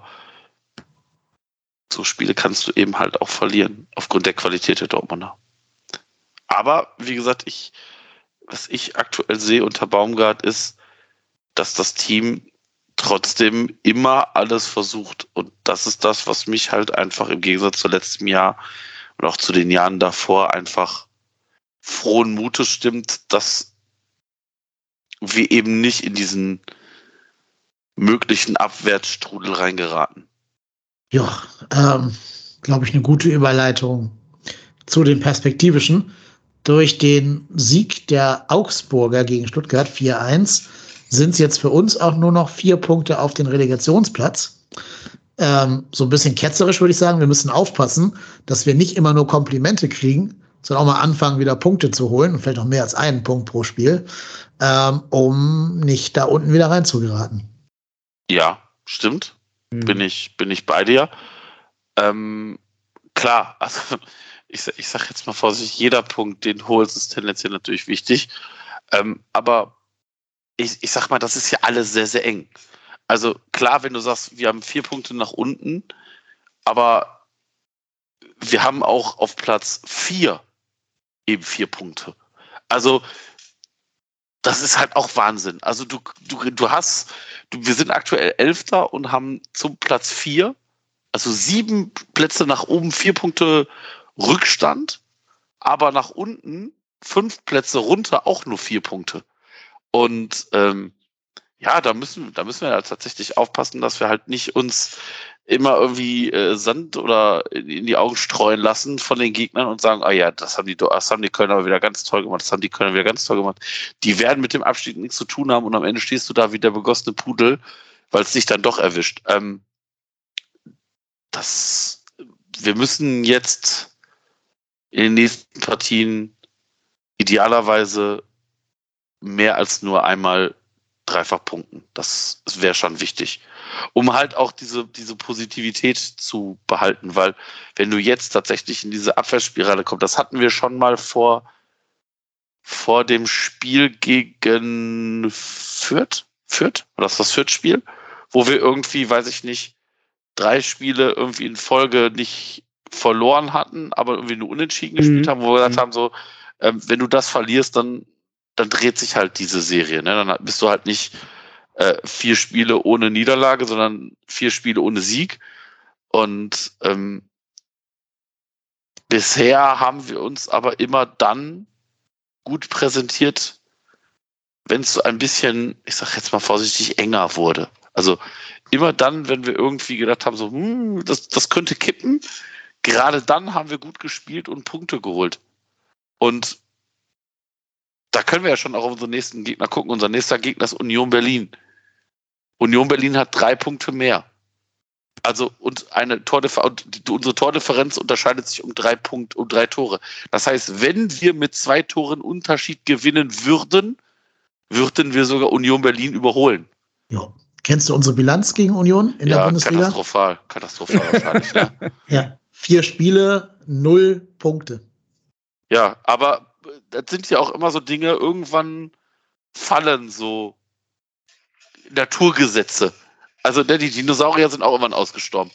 so Spiele kannst du eben halt auch verlieren, aufgrund der Qualität der Dortmunder. Aber wie gesagt, ich, was ich aktuell sehe unter Baumgart ist, dass das Team trotzdem immer alles versucht. Und das ist das, was mich halt einfach im Gegensatz zu letztem Jahr und auch zu den Jahren davor einfach frohen Mutes stimmt, dass wir eben nicht in diesen möglichen Abwärtsstrudel reingeraten. Ja, ähm, glaube ich, eine gute Überleitung zu den Perspektivischen. Durch den Sieg der Augsburger gegen Stuttgart vier eins sind es jetzt für uns auch nur noch vier Punkte auf den Relegationsplatz. Ähm, so ein bisschen ketzerisch würde ich sagen, wir müssen aufpassen, dass wir nicht immer nur Komplimente kriegen, sondern auch mal anfangen, wieder Punkte zu holen und vielleicht auch mehr als einen Punkt pro Spiel, ähm, um nicht da unten wieder reinzugeraten. Ja, stimmt. Mhm. Bin ich, bin ich bei dir. Ähm, klar, also ich, ich sag jetzt mal vorsichtig, jeder Punkt, den holst, ist tendenziell natürlich wichtig. Ähm, aber ich, ich sag mal, das ist ja alles sehr, sehr eng. Also klar, wenn du sagst, wir haben vier Punkte nach unten, aber wir haben auch auf Platz vier eben vier Punkte. Also das ist halt auch Wahnsinn. Also du, du, du hast, du, wir sind aktuell Elfter und haben zum Platz vier, also sieben Plätze nach oben, vier Punkte Rückstand, aber nach unten fünf Plätze runter auch nur vier Punkte. Und ähm, ja, da müssen, da müssen wir halt tatsächlich aufpassen, dass wir halt nicht uns immer irgendwie äh, Sand oder in, in die Augen streuen lassen von den Gegnern und sagen, ah ja, das haben die, das haben die Kölner aber wieder ganz toll gemacht, das haben die Kölner wieder ganz toll gemacht. Die werden mit dem Abstieg nichts zu tun haben und am Ende stehst du da wie der begossene Pudel, weil es dich dann doch erwischt. Ähm, das, wir müssen jetzt in den nächsten Partien idealerweise mehr als nur einmal dreifach punkten. Das, das wäre schon wichtig. Um halt auch diese, diese Positivität zu behalten, weil wenn du jetzt tatsächlich in diese Abwärtsspirale kommst, das hatten wir schon mal vor, vor dem Spiel gegen Fürth, Fürth? War das das Fürth-Spiel? Wo wir irgendwie, weiß ich nicht, drei Spiele irgendwie in Folge nicht verloren hatten, aber irgendwie nur unentschieden mhm. gespielt haben, wo wir gesagt mhm. haben, so, ähm, wenn du das verlierst, dann dann dreht sich halt diese Serie. Ne? Dann bist du halt nicht äh, vier Spiele ohne Niederlage, sondern vier Spiele ohne Sieg. Und ähm, bisher haben wir uns aber immer dann gut präsentiert, wenn es so ein bisschen, ich sag jetzt mal vorsichtig, enger wurde. Also immer dann, wenn wir irgendwie gedacht haben, so, hm, das, das könnte kippen, gerade dann haben wir gut gespielt und Punkte geholt. Und da können wir ja schon auch auf unseren nächsten Gegner gucken. Unser nächster Gegner ist Union Berlin. Union Berlin hat drei Punkte mehr. Also und eine Tordifferenz, unsere Tordifferenz unterscheidet sich um drei Punkte, um drei Tore. Das heißt, wenn wir mit zwei Toren Unterschied gewinnen würden, würden wir sogar Union Berlin überholen. Ja. Kennst du unsere Bilanz gegen Union in ja, der Bundesliga? Katastrophal, katastrophal wahrscheinlich. ja. ja, vier Spiele, null Punkte. Ja, aber das sind ja auch immer so Dinge, irgendwann fallen so Naturgesetze. Also die Dinosaurier sind auch irgendwann ausgestorben.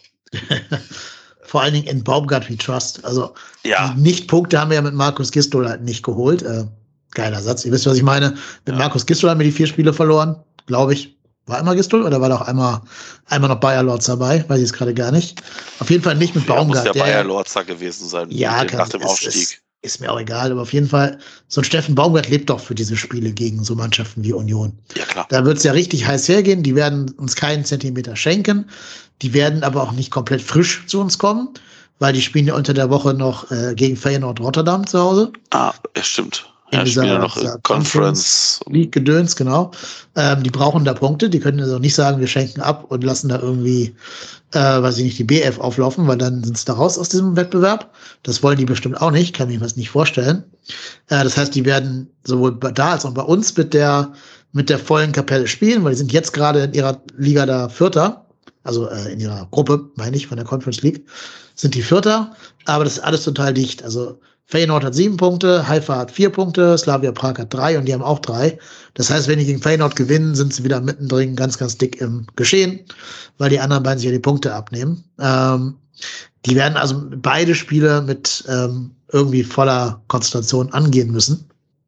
Vor allen Dingen in Baumgart wie Trust. Also ja. die Nicht-Punkte haben wir ja mit Markus Gistol halt nicht geholt. Äh, geiler Satz. Ihr wisst, was ich meine. Mit ja. Markus Gistol haben wir die vier Spiele verloren, glaube ich. War immer Gistol oder war da auch einmal, einmal noch Bayer Lorz dabei? Weiß ich jetzt gerade gar nicht. Auf jeden Fall nicht mit ja, Baumgart. Muss ja Bayer Lorzer gewesen sein. Ja, dem, nach dem ist, Aufstieg. Ist, ist mir auch egal, aber auf jeden Fall, so ein Steffen Baumgart lebt doch für diese Spiele gegen so Mannschaften wie Union. Ja, klar. Da wird es ja richtig heiß hergehen. Die werden uns keinen Zentimeter schenken. Die werden aber auch nicht komplett frisch zu uns kommen, weil die spielen ja unter der Woche noch äh, gegen Feyenoord Rotterdam zu Hause. Ah, ja, stimmt. In ja, dieser, spielen ja noch dieser Conference League Gedöns, genau. Ähm, die brauchen da Punkte. Die können also nicht sagen, wir schenken ab und lassen da irgendwie, äh, weiß ich nicht, die B F auflaufen, weil dann sind sie da raus aus diesem Wettbewerb. Das wollen die bestimmt auch nicht, kann mir das nicht vorstellen. Äh, das heißt, die werden sowohl da als auch bei uns mit der mit der vollen Kapelle spielen, weil die sind jetzt gerade in ihrer Liga da Vierter, also äh, in ihrer Gruppe, meine ich, von der Conference League, sind die Vierter, aber das ist alles total dicht. Also Feyenoord hat sieben Punkte, Haifa hat vier Punkte, Slavia Prag hat drei und die haben auch drei. Das heißt, wenn die gegen Feyenoord gewinnen, sind sie wieder mittendrin ganz, ganz dick im Geschehen, weil die anderen beiden sich ja die Punkte abnehmen. Ähm, die werden also beide Spiele mit ähm, irgendwie voller Konzentration angehen müssen.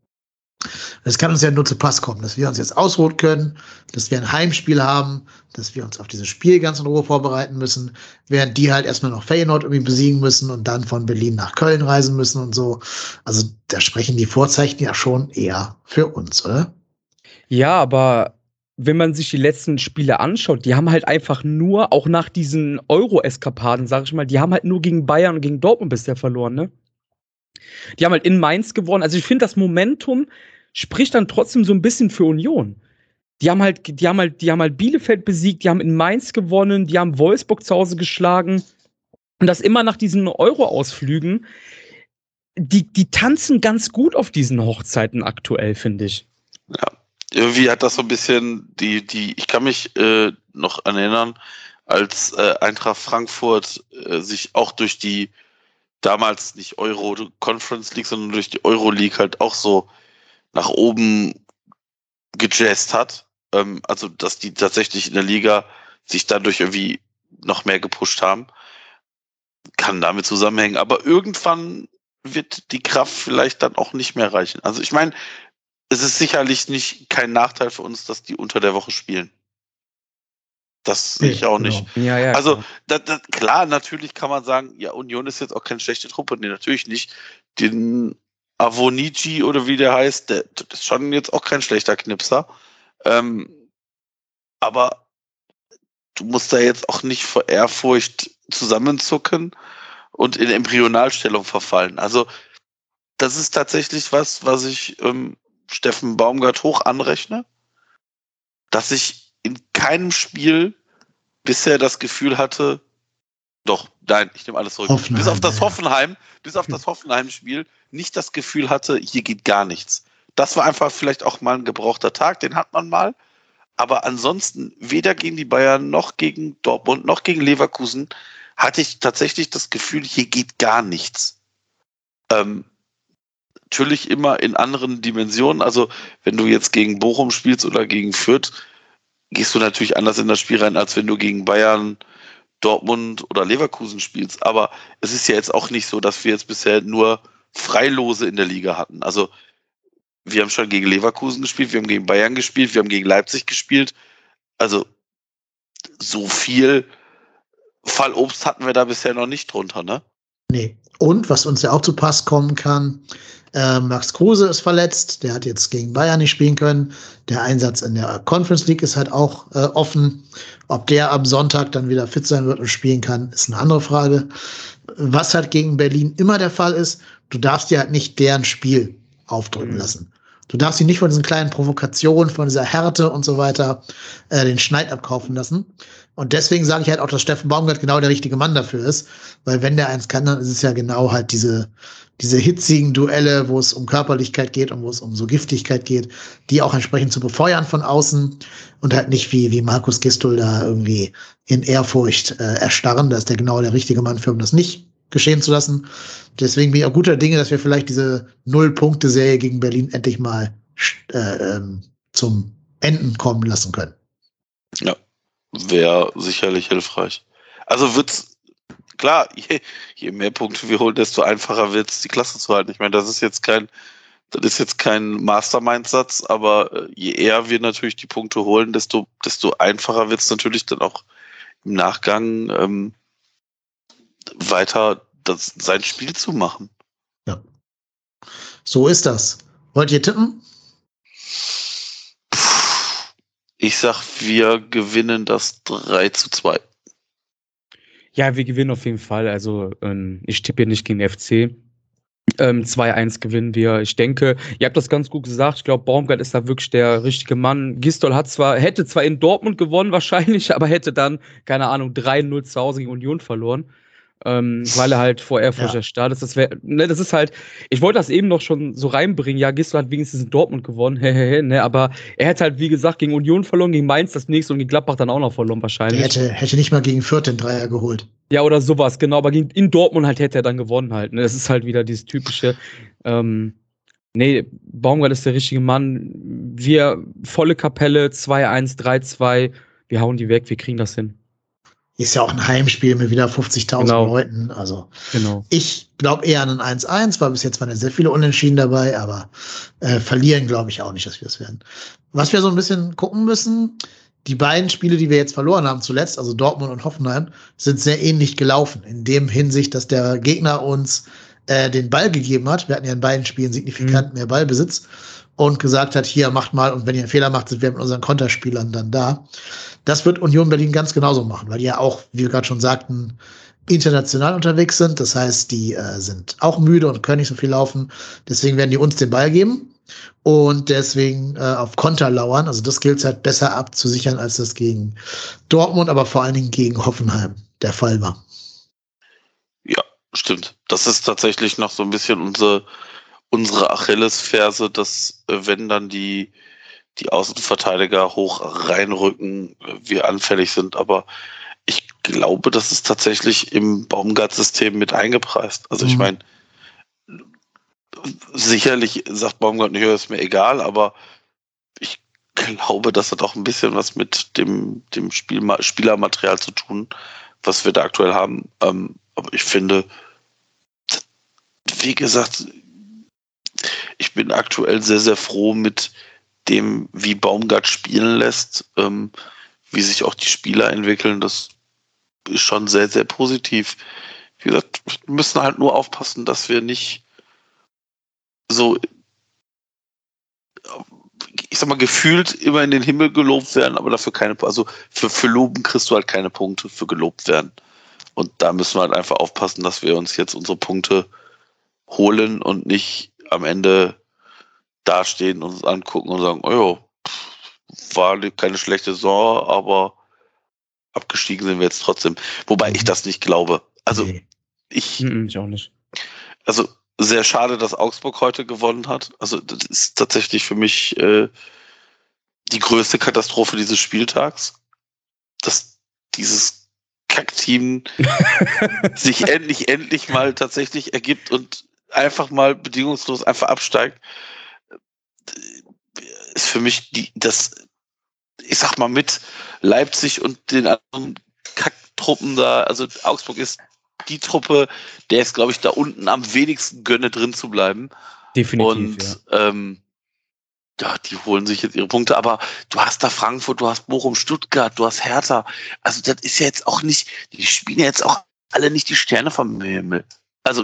Das kann uns ja nur zu Pass kommen, dass wir uns jetzt ausruhen können, dass wir ein Heimspiel haben, dass wir uns auf dieses Spiel ganz in Ruhe vorbereiten müssen, während die halt erstmal noch Feyenoord irgendwie besiegen müssen und dann von Berlin nach Köln reisen müssen und so. Also da sprechen die Vorzeichen ja schon eher für uns, oder? Ja, aber wenn man sich die letzten Spiele anschaut, die haben halt einfach nur, auch nach diesen Euro-Eskapaden, sag ich mal, die haben halt nur gegen Bayern und gegen Dortmund bisher verloren, ne? Die haben halt in Mainz gewonnen. Also ich finde, das Momentum spricht dann trotzdem so ein bisschen für Union. Die haben halt, die haben halt, die haben halt Bielefeld besiegt, die haben in Mainz gewonnen, die haben Wolfsburg zu Hause geschlagen. Und das immer nach diesen Euro-Ausflügen. Die, die tanzen ganz gut auf diesen Hochzeiten aktuell, finde ich. Ja, irgendwie hat das so ein bisschen die, die, ich kann mich äh, noch erinnern, als äh, Eintracht Frankfurt äh, sich auch durch die damals nicht Euro Conference League, sondern durch die Euro League halt auch so nach oben gejazzt hat. Ähm, also, dass die tatsächlich in der Liga sich dadurch irgendwie noch mehr gepusht haben. Kann damit zusammenhängen. Aber irgendwann wird die Kraft vielleicht dann auch nicht mehr reichen. Also, ich meine, es ist sicherlich nicht kein Nachteil für uns, dass die unter der Woche spielen. Das sehe ich auch genau. nicht. Ja, ja, also, klar. Das, das, klar, natürlich kann man sagen, ja, Union ist jetzt auch keine schlechte Truppe. Nee, natürlich nicht. Den Avonici oder wie der heißt, der, das ist schon jetzt auch kein schlechter Knipser. Ähm, aber du musst da jetzt auch nicht vor Ehrfurcht zusammenzucken und in Embryonalstellung verfallen. Also das ist tatsächlich was, was ich ähm, Steffen Baumgart hoch anrechne, dass ich in keinem Spiel bisher das Gefühl hatte, doch, nein, ich nehme alles zurück. Hoffenheim, bis auf das ja. Hoffenheim, bis auf das Hoffenheim-Spiel nicht das Gefühl hatte, hier geht gar nichts. Das war einfach vielleicht auch mal ein gebrauchter Tag, den hat man mal. Aber ansonsten, weder gegen die Bayern, noch gegen Dortmund, noch gegen Leverkusen, hatte ich tatsächlich das Gefühl, hier geht gar nichts. Ähm, natürlich immer in anderen Dimensionen. Also, wenn du jetzt gegen Bochum spielst oder gegen Fürth, gehst du natürlich anders in das Spiel rein, als wenn du gegen Bayern, Dortmund oder Leverkusen spielst. Aber es ist ja jetzt auch nicht so, dass wir jetzt bisher nur Freilose in der Liga hatten. Also, wir haben schon gegen Leverkusen gespielt, wir haben gegen Bayern gespielt, wir haben gegen Leipzig gespielt. Also so viel Fallobst hatten wir da bisher noch nicht drunter, ne? Nee. Und was uns ja auch zu Pass kommen kann, äh, Max Kruse ist verletzt, der hat jetzt gegen Bayern nicht spielen können. Der Einsatz in der Conference League ist halt auch äh, offen. Ob der am Sonntag dann wieder fit sein wird und spielen kann, ist eine andere Frage. Was halt gegen Berlin immer der Fall ist, du darfst dir halt nicht deren Spiel aufdrücken mhm. lassen. Du darfst sie nicht von diesen kleinen Provokationen, von dieser Härte und so weiter äh, den Schneid abkaufen lassen. Und deswegen sage ich halt auch, dass Steffen Baumgart genau der richtige Mann dafür ist. Weil wenn der eins kann, dann ist es ja genau halt diese, diese hitzigen Duelle, wo es um Körperlichkeit geht und wo es um so Giftigkeit geht, die auch entsprechend zu befeuern von außen und halt nicht wie, wie Markus Gisdol da irgendwie in Ehrfurcht äh, erstarren. Da ist der genau der richtige Mann für, um das nicht geschehen zu lassen. Deswegen bin ich auch guter Dinge, dass wir vielleicht diese Null-Punkte-Serie gegen Berlin endlich mal äh, ähm, zum Enden kommen lassen können. Ja, wäre sicherlich hilfreich. Also wird's, klar, je, je mehr Punkte wir holen, desto einfacher wird's, die Klasse zu halten. Ich meine, das ist jetzt kein, das ist jetzt kein Mastermind-Satz, aber je eher wir natürlich die Punkte holen, desto, desto einfacher wird's natürlich dann auch im Nachgang ähm, weiter das, sein Spiel zu machen. Ja. So ist das. Wollt ihr tippen? Ich sag, wir gewinnen das drei zu zwei. Ja, wir gewinnen auf jeden Fall. Also ähm, ich tippe hier nicht gegen den F C. Ähm, zwei eins gewinnen wir. Ich denke, ihr habt das ganz gut gesagt. Ich glaube, Baumgart ist da wirklich der richtige Mann. Gisdol hat zwar, hätte zwar in Dortmund gewonnen wahrscheinlich, aber hätte dann, keine Ahnung, drei null zu Hause gegen Union verloren. Ähm, weil er halt vor Ehrfurcht Ja. erstarrt ist. Das wär, ne, das ist halt, ich wollte das eben noch schon so reinbringen, ja, Gisdol hat wenigstens in Dortmund gewonnen, hehehe, ne, aber er hätte halt, wie gesagt, gegen Union verloren, gegen Mainz das nächste und gegen Gladbach dann auch noch verloren wahrscheinlich. Der hätte, hätte nicht mal gegen Fürth den Dreier geholt. Ja, oder sowas, genau, aber gegen, in Dortmund halt hätte er dann gewonnen halt, ne, das ist halt wieder dieses typische, ähm, nee, Baumgart ist der richtige Mann, wir, volle Kapelle, zwei eins, drei zwei, wir hauen die weg, wir kriegen das hin. Ist ja auch ein Heimspiel mit wieder fünfzigtausend Genau. Leuten. Also Genau. ich glaube eher an ein eins eins, weil bis jetzt waren ja sehr viele Unentschieden dabei, aber äh, verlieren glaube ich auch nicht, dass wir es werden. Was wir so ein bisschen gucken müssen, die beiden Spiele, die wir jetzt verloren haben zuletzt, also Dortmund und Hoffenheim, sind sehr ähnlich gelaufen. In dem Hinsicht, dass der Gegner uns äh, den Ball gegeben hat. Wir hatten ja in beiden Spielen signifikant mhm. mehr Ballbesitz und gesagt hat, hier, macht mal, und wenn ihr einen Fehler macht, sind wir mit unseren Konterspielern dann da. Das wird Union Berlin ganz genauso machen, weil die ja auch, wie wir gerade schon sagten, international unterwegs sind. Das heißt, die äh, sind auch müde und können nicht so viel laufen. Deswegen werden die uns den Ball geben und deswegen äh, auf Konter lauern. Also das gilt es halt besser abzusichern, als das gegen Dortmund, aber vor allen Dingen gegen Hoffenheim der Fall war. Ja, stimmt. Das ist tatsächlich noch so ein bisschen unsere, unsere Achillesferse, dass äh, wenn dann die die Außenverteidiger hoch reinrücken, wir anfällig sind, aber ich glaube, das ist tatsächlich im Baumgart-System mit eingepreist. Also mhm. ich meine, sicherlich sagt Baumgart nicht, ist mir egal, aber ich glaube, das hat auch ein bisschen was mit dem, dem Spielma- Spielermaterial zu tun, was wir da aktuell haben. Ähm, aber ich finde, wie gesagt, ich bin aktuell sehr, sehr froh mit dem, wie Baumgart spielen lässt, ähm, wie sich auch die Spieler entwickeln, das ist schon sehr, sehr positiv. Wie gesagt, wir müssen halt nur aufpassen, dass wir nicht so ich sag mal, gefühlt immer in den Himmel gelobt werden, aber dafür keine, also für, für Loben kriegst du halt keine Punkte für gelobt werden. Und da müssen wir halt einfach aufpassen, dass wir uns jetzt unsere Punkte holen und nicht am Ende dastehen und uns angucken und sagen, oh ja, war keine schlechte Saison, aber abgestiegen sind wir jetzt trotzdem. Wobei ich das nicht glaube. Also Nee. ich, Mhm, ich auch nicht. also sehr schade, dass Augsburg heute gewonnen hat. Also das ist tatsächlich für mich äh, die größte Katastrophe dieses Spieltags, dass dieses Kackteam sich endlich, endlich mal tatsächlich ergibt und einfach mal bedingungslos einfach absteigt. Ist für mich die, das, ich sag mal, mit Leipzig und den anderen Kacktruppen da, also Augsburg ist die Truppe, der es, glaube ich, da unten am wenigsten gönne, drin zu bleiben. Definitiv, Und ja. ähm, ja, die holen sich jetzt ihre Punkte, aber du hast da Frankfurt, du hast Bochum, Stuttgart, du hast Hertha. Also das ist ja jetzt auch nicht, die spielen ja jetzt auch alle nicht die Sterne vom Himmel. Also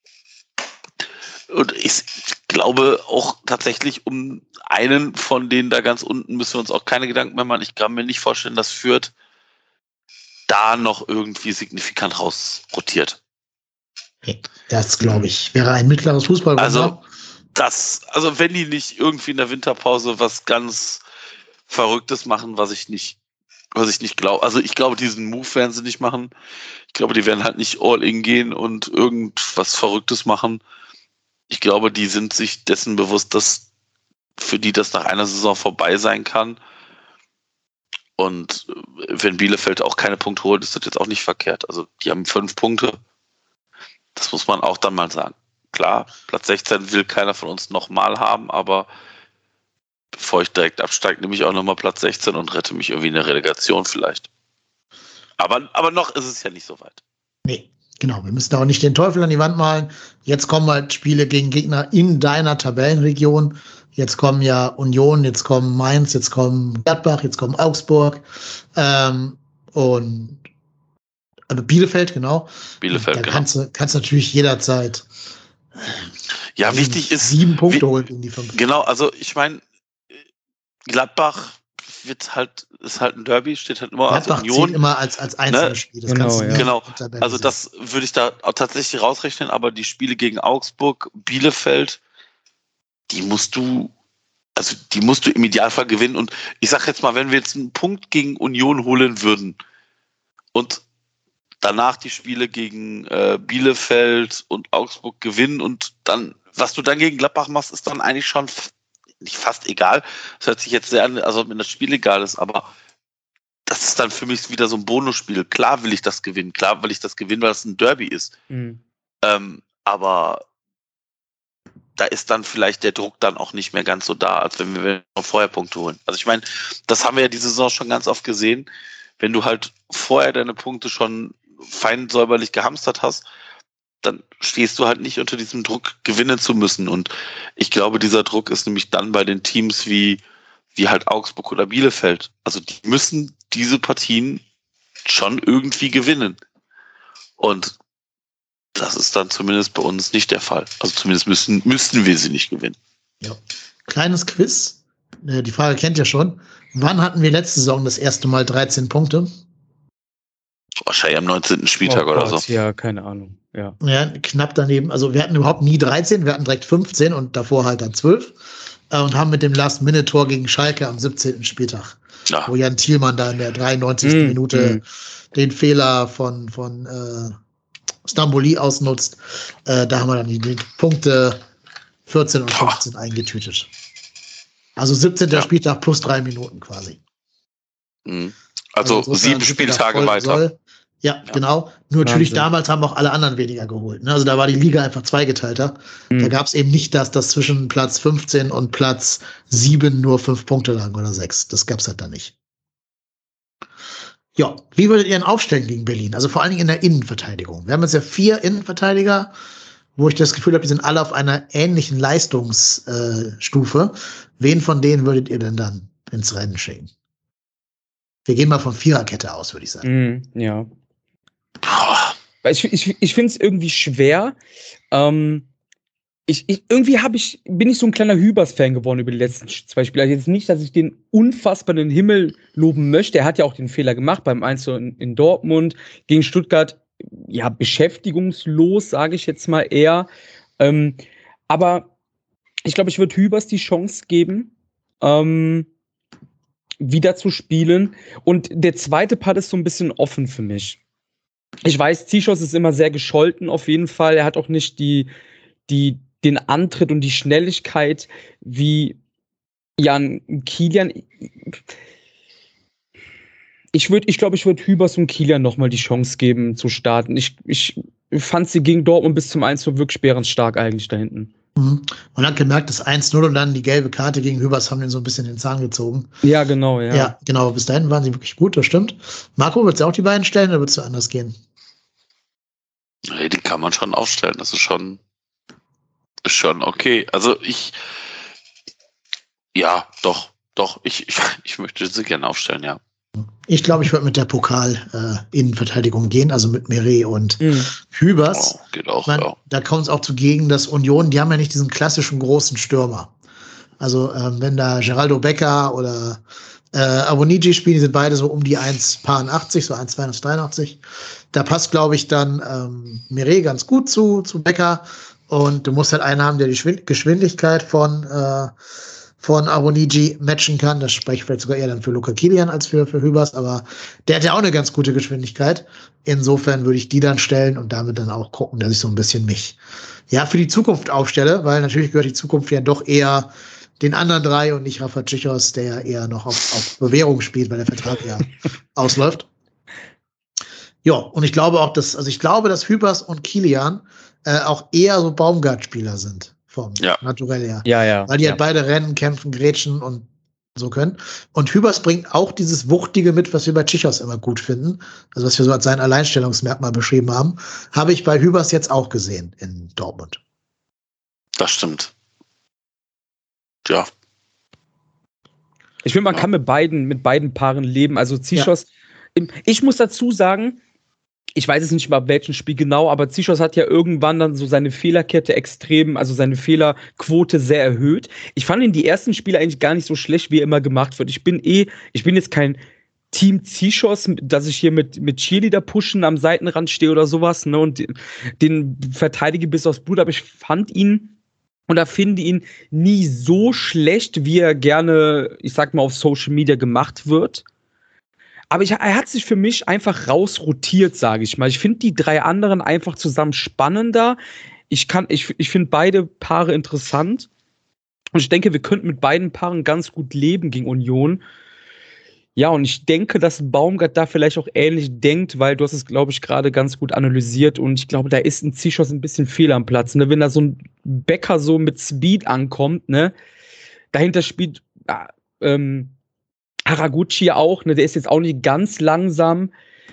und ich glaube auch tatsächlich, um einen von denen da ganz unten müssen wir uns auch keine Gedanken mehr machen. Ich kann mir nicht vorstellen, dass Fürth da noch irgendwie signifikant rausrotiert. Das, glaube ich, wäre ein mittleres Fußballwunder. Also das, also wenn die nicht irgendwie in der Winterpause was ganz Verrücktes machen, was ich nicht, was ich nicht glaube. Also ich glaube, diesen Move werden sie nicht machen. Ich glaube, die werden halt nicht all in gehen und irgendwas Verrücktes machen. Ich glaube, die sind sich dessen bewusst, dass für die das nach einer Saison vorbei sein kann. Und wenn Bielefeld auch keine Punkte holt, ist das jetzt auch nicht verkehrt. Also die haben fünf Punkte. Das muss man auch dann mal sagen. Klar, Platz sechzehn will keiner von uns nochmal haben, aber bevor ich direkt absteige, nehme ich auch nochmal Platz sechzehn und rette mich irgendwie in der Relegation vielleicht. Aber, aber noch ist es ja nicht so weit. Nee, genau. Wir müssen auch nicht den Teufel an die Wand malen. Jetzt kommen halt Spiele gegen Gegner in deiner Tabellenregion. Jetzt kommen ja Union, jetzt kommen Mainz, jetzt kommen Gladbach, jetzt kommen Augsburg ähm, und also Bielefeld, genau. Bielefeld, da genau. kannst du kannst natürlich jederzeit Ja, sieben, wichtig ist, sieben Punkte wie, holen in die fünf. Genau, also ich meine, Gladbach wird halt, ist halt ein Derby, steht halt immer als Gladbach Union. zählt immer als, als einzelnes Ne? Spiel. Das Genau, kannst du ja. nie Genau, in der Tabelle also sehen. das würde ich da auch tatsächlich rausrechnen, aber die Spiele gegen Augsburg, Bielefeld, die musst du, also die musst du im Idealfall gewinnen. Und ich sag jetzt mal, wenn wir jetzt einen Punkt gegen Union holen würden und danach die Spiele gegen äh, Bielefeld und Augsburg gewinnen und dann, was du dann gegen Gladbach machst, ist dann eigentlich schon f- nicht fast egal. Das hört sich jetzt sehr an, also wenn das Spiel egal ist, aber das ist dann für mich wieder so ein Bonusspiel. Klar will ich das gewinnen, klar will ich das gewinnen, weil es ein Derby ist. Mhm. Ähm, aber da ist dann vielleicht der Druck dann auch nicht mehr ganz so da, als wenn wir noch vorher Punkte holen. Also ich meine, das haben wir ja diese Saison schon ganz oft gesehen. Wenn du halt vorher deine Punkte schon fein säuberlich gehamstert hast, dann stehst du halt nicht unter diesem Druck, gewinnen zu müssen. Und ich glaube, dieser Druck ist nämlich dann bei den Teams wie, wie halt Augsburg oder Bielefeld. Also die müssen diese Partien schon irgendwie gewinnen. Und das ist dann zumindest bei uns nicht der Fall. Also zumindest müssen, müssten wir sie nicht gewinnen. Ja. Kleines Quiz. Äh, Die Frage kennt ihr schon. Wann hatten wir letzte Saison das erste Mal dreizehn Punkte? Wahrscheinlich am neunzehnten Spieltag Oh oder Gott, so. Ja, keine Ahnung. Ja. Ja, knapp daneben. Also wir hatten überhaupt nie dreizehn, wir hatten direkt fünfzehn und davor halt dann zwölf. Äh, und haben mit dem Last-Minute-Tor gegen Schalke am siebzehnten Spieltag, Ja. wo Jan Thielmann da in der dreiundneunzigsten Mm, Minute mm. den Fehler von, von äh, Stamboli ausnutzt. Äh, da haben wir dann die, die Punkte vierzehn und fünfzehn eingetütet. Also siebzehnten Ja. Spieltag plus drei Minuten quasi. Mhm. Also insofern sieben sind wir da Spieltage voll weiter. Soll. Ja, Ja. genau. Nur natürlich Wahnsinn. damals haben auch alle anderen weniger geholt. Ne? Also da war die Liga einfach zweigeteilter. Mhm. Da gab es eben nicht das, dass zwischen Platz fünfzehn und Platz sieben nur fünf Punkte lagen oder sechs. Das gab es halt da nicht. Ja, wie würdet ihr denn aufstellen gegen Berlin? Also vor allen Dingen in der Innenverteidigung. Wir haben jetzt ja vier Innenverteidiger, wo ich das Gefühl habe, die sind alle auf einer ähnlichen Leistungsstufe. Wen von denen würdet ihr denn dann ins Rennen schicken? Wir gehen mal von Viererkette aus, würde ich sagen. Mhm, ja. Boah. Weil Ich, ich, ich finde es irgendwie schwer. Ähm, Ich, ich, irgendwie hab ich, bin ich so ein kleiner Hübers-Fan geworden über die letzten zwei Spiele. Also jetzt nicht, dass ich den unfassbar in den Himmel loben möchte. Er hat ja auch den Fehler gemacht beim eins in, in Dortmund. Gegen Stuttgart, ja, beschäftigungslos, sage ich jetzt mal eher. Ähm, aber ich glaube, ich würde Hübers die Chance geben, ähm, wieder zu spielen. Und der zweite Part ist so ein bisschen offen für mich. Ich weiß, Zichos ist immer sehr gescholten auf jeden Fall. Er hat auch nicht die, die, den Antritt und die Schnelligkeit wie Jan Kilian. Ich würde, ich glaube, ich würde Hübers und Kilian nochmal die Chance geben zu starten. Ich, ich fand sie gegen Dortmund bis zum eins zu null wirklich bärenstark eigentlich da hinten. Mhm. Man hat gemerkt, das eins null und dann die gelbe Karte gegen Hübers haben den so ein bisschen den Zahn gezogen. Ja, genau, ja. Ja, genau. Bis dahin waren sie wirklich gut, das stimmt. Marco, würdest du auch die beiden stellen oder würdest du anders gehen? Nee, die kann man schon aufstellen. Das ist schon, ist schon okay. Also ich, ja, doch, doch. Ich, ich, ich möchte sie gerne aufstellen, ja. Ich glaube, ich würde mit der Pokal-Innenverteidigung äh, gehen, also mit Meret und mhm. Hübers. Oh, geht auch, Man, ja. Da kommt es auch zugegen, dass Union, die haben ja nicht diesen klassischen großen Stürmer. Also ähm, wenn da Geraldo Becker oder äh, Abonigi spielen, die sind beide so um die eins achtzig, so eins zweiunddreißig. Da passt, glaube ich, dann ähm, Meret ganz gut zu, zu Becker. Und du musst halt einen haben, der die Schwind- Geschwindigkeit von äh, von Abonigi matchen kann. Das spricht vielleicht sogar eher dann für Luca Kilian als für, für Hübers, aber der hat ja auch eine ganz gute Geschwindigkeit. Insofern würde ich die dann stellen und damit dann auch gucken, dass ich so ein bisschen mich ja für die Zukunft aufstelle, weil natürlich gehört die Zukunft ja doch eher den anderen drei und nicht Rafa Zichos, der ja eher noch auf, auf Bewährung spielt, weil der Vertrag ja ausläuft. Ja, und ich glaube auch, dass, also ich glaube, dass Hübers und Kilian äh, auch eher so Baumgart-Spieler sind. Vom ja. Naturell her. Ja, ja. Weil die ja. halt beide rennen, kämpfen, grätschen und so können. Und Hübers bringt auch dieses Wuchtige mit, was wir bei Zichos immer gut finden. Also was wir so als sein Alleinstellungsmerkmal beschrieben haben, habe ich bei Hübers jetzt auch gesehen in Dortmund. Das stimmt. Ja. Ich finde, man ja. kann mit beiden, mit beiden Paaren leben. Also Zichos, ja. ich muss dazu sagen, ich weiß jetzt nicht mal, welchen Spiel genau, aber Zichos hat ja irgendwann dann so seine Fehlerkette extrem, also seine Fehlerquote sehr erhöht. Ich fand ihn die ersten Spiele eigentlich gar nicht so schlecht, wie er immer gemacht wird. Ich bin eh, ich bin jetzt kein Team Zichos, dass ich hier mit, mit Cheerleader-Pushen am Seitenrand stehe oder sowas, ne, und den, den verteidige bis aufs Blut, aber ich fand ihn oder finde ihn nie so schlecht, wie er gerne, ich sag mal, auf Social Media gemacht wird. Aber ich, er hat sich für mich einfach rausrotiert, sage ich mal. Ich finde die drei anderen einfach zusammen spannender. Ich, kann, ich, ich finde beide Paare interessant. Und ich denke, wir könnten mit beiden Paaren ganz gut leben gegen Union. Ja, und ich denke, dass Baumgart da vielleicht auch ähnlich denkt, weil du hast es, glaube ich, gerade ganz gut analysiert. Und ich glaube, da ist ein Zichos ein bisschen fehl am Platz. Ne? Wenn da so ein Becker so mit Speed ankommt, ne? Dahinter spielt äh, ähm, Haraguchi auch, ne, der ist jetzt auch nicht ganz langsam.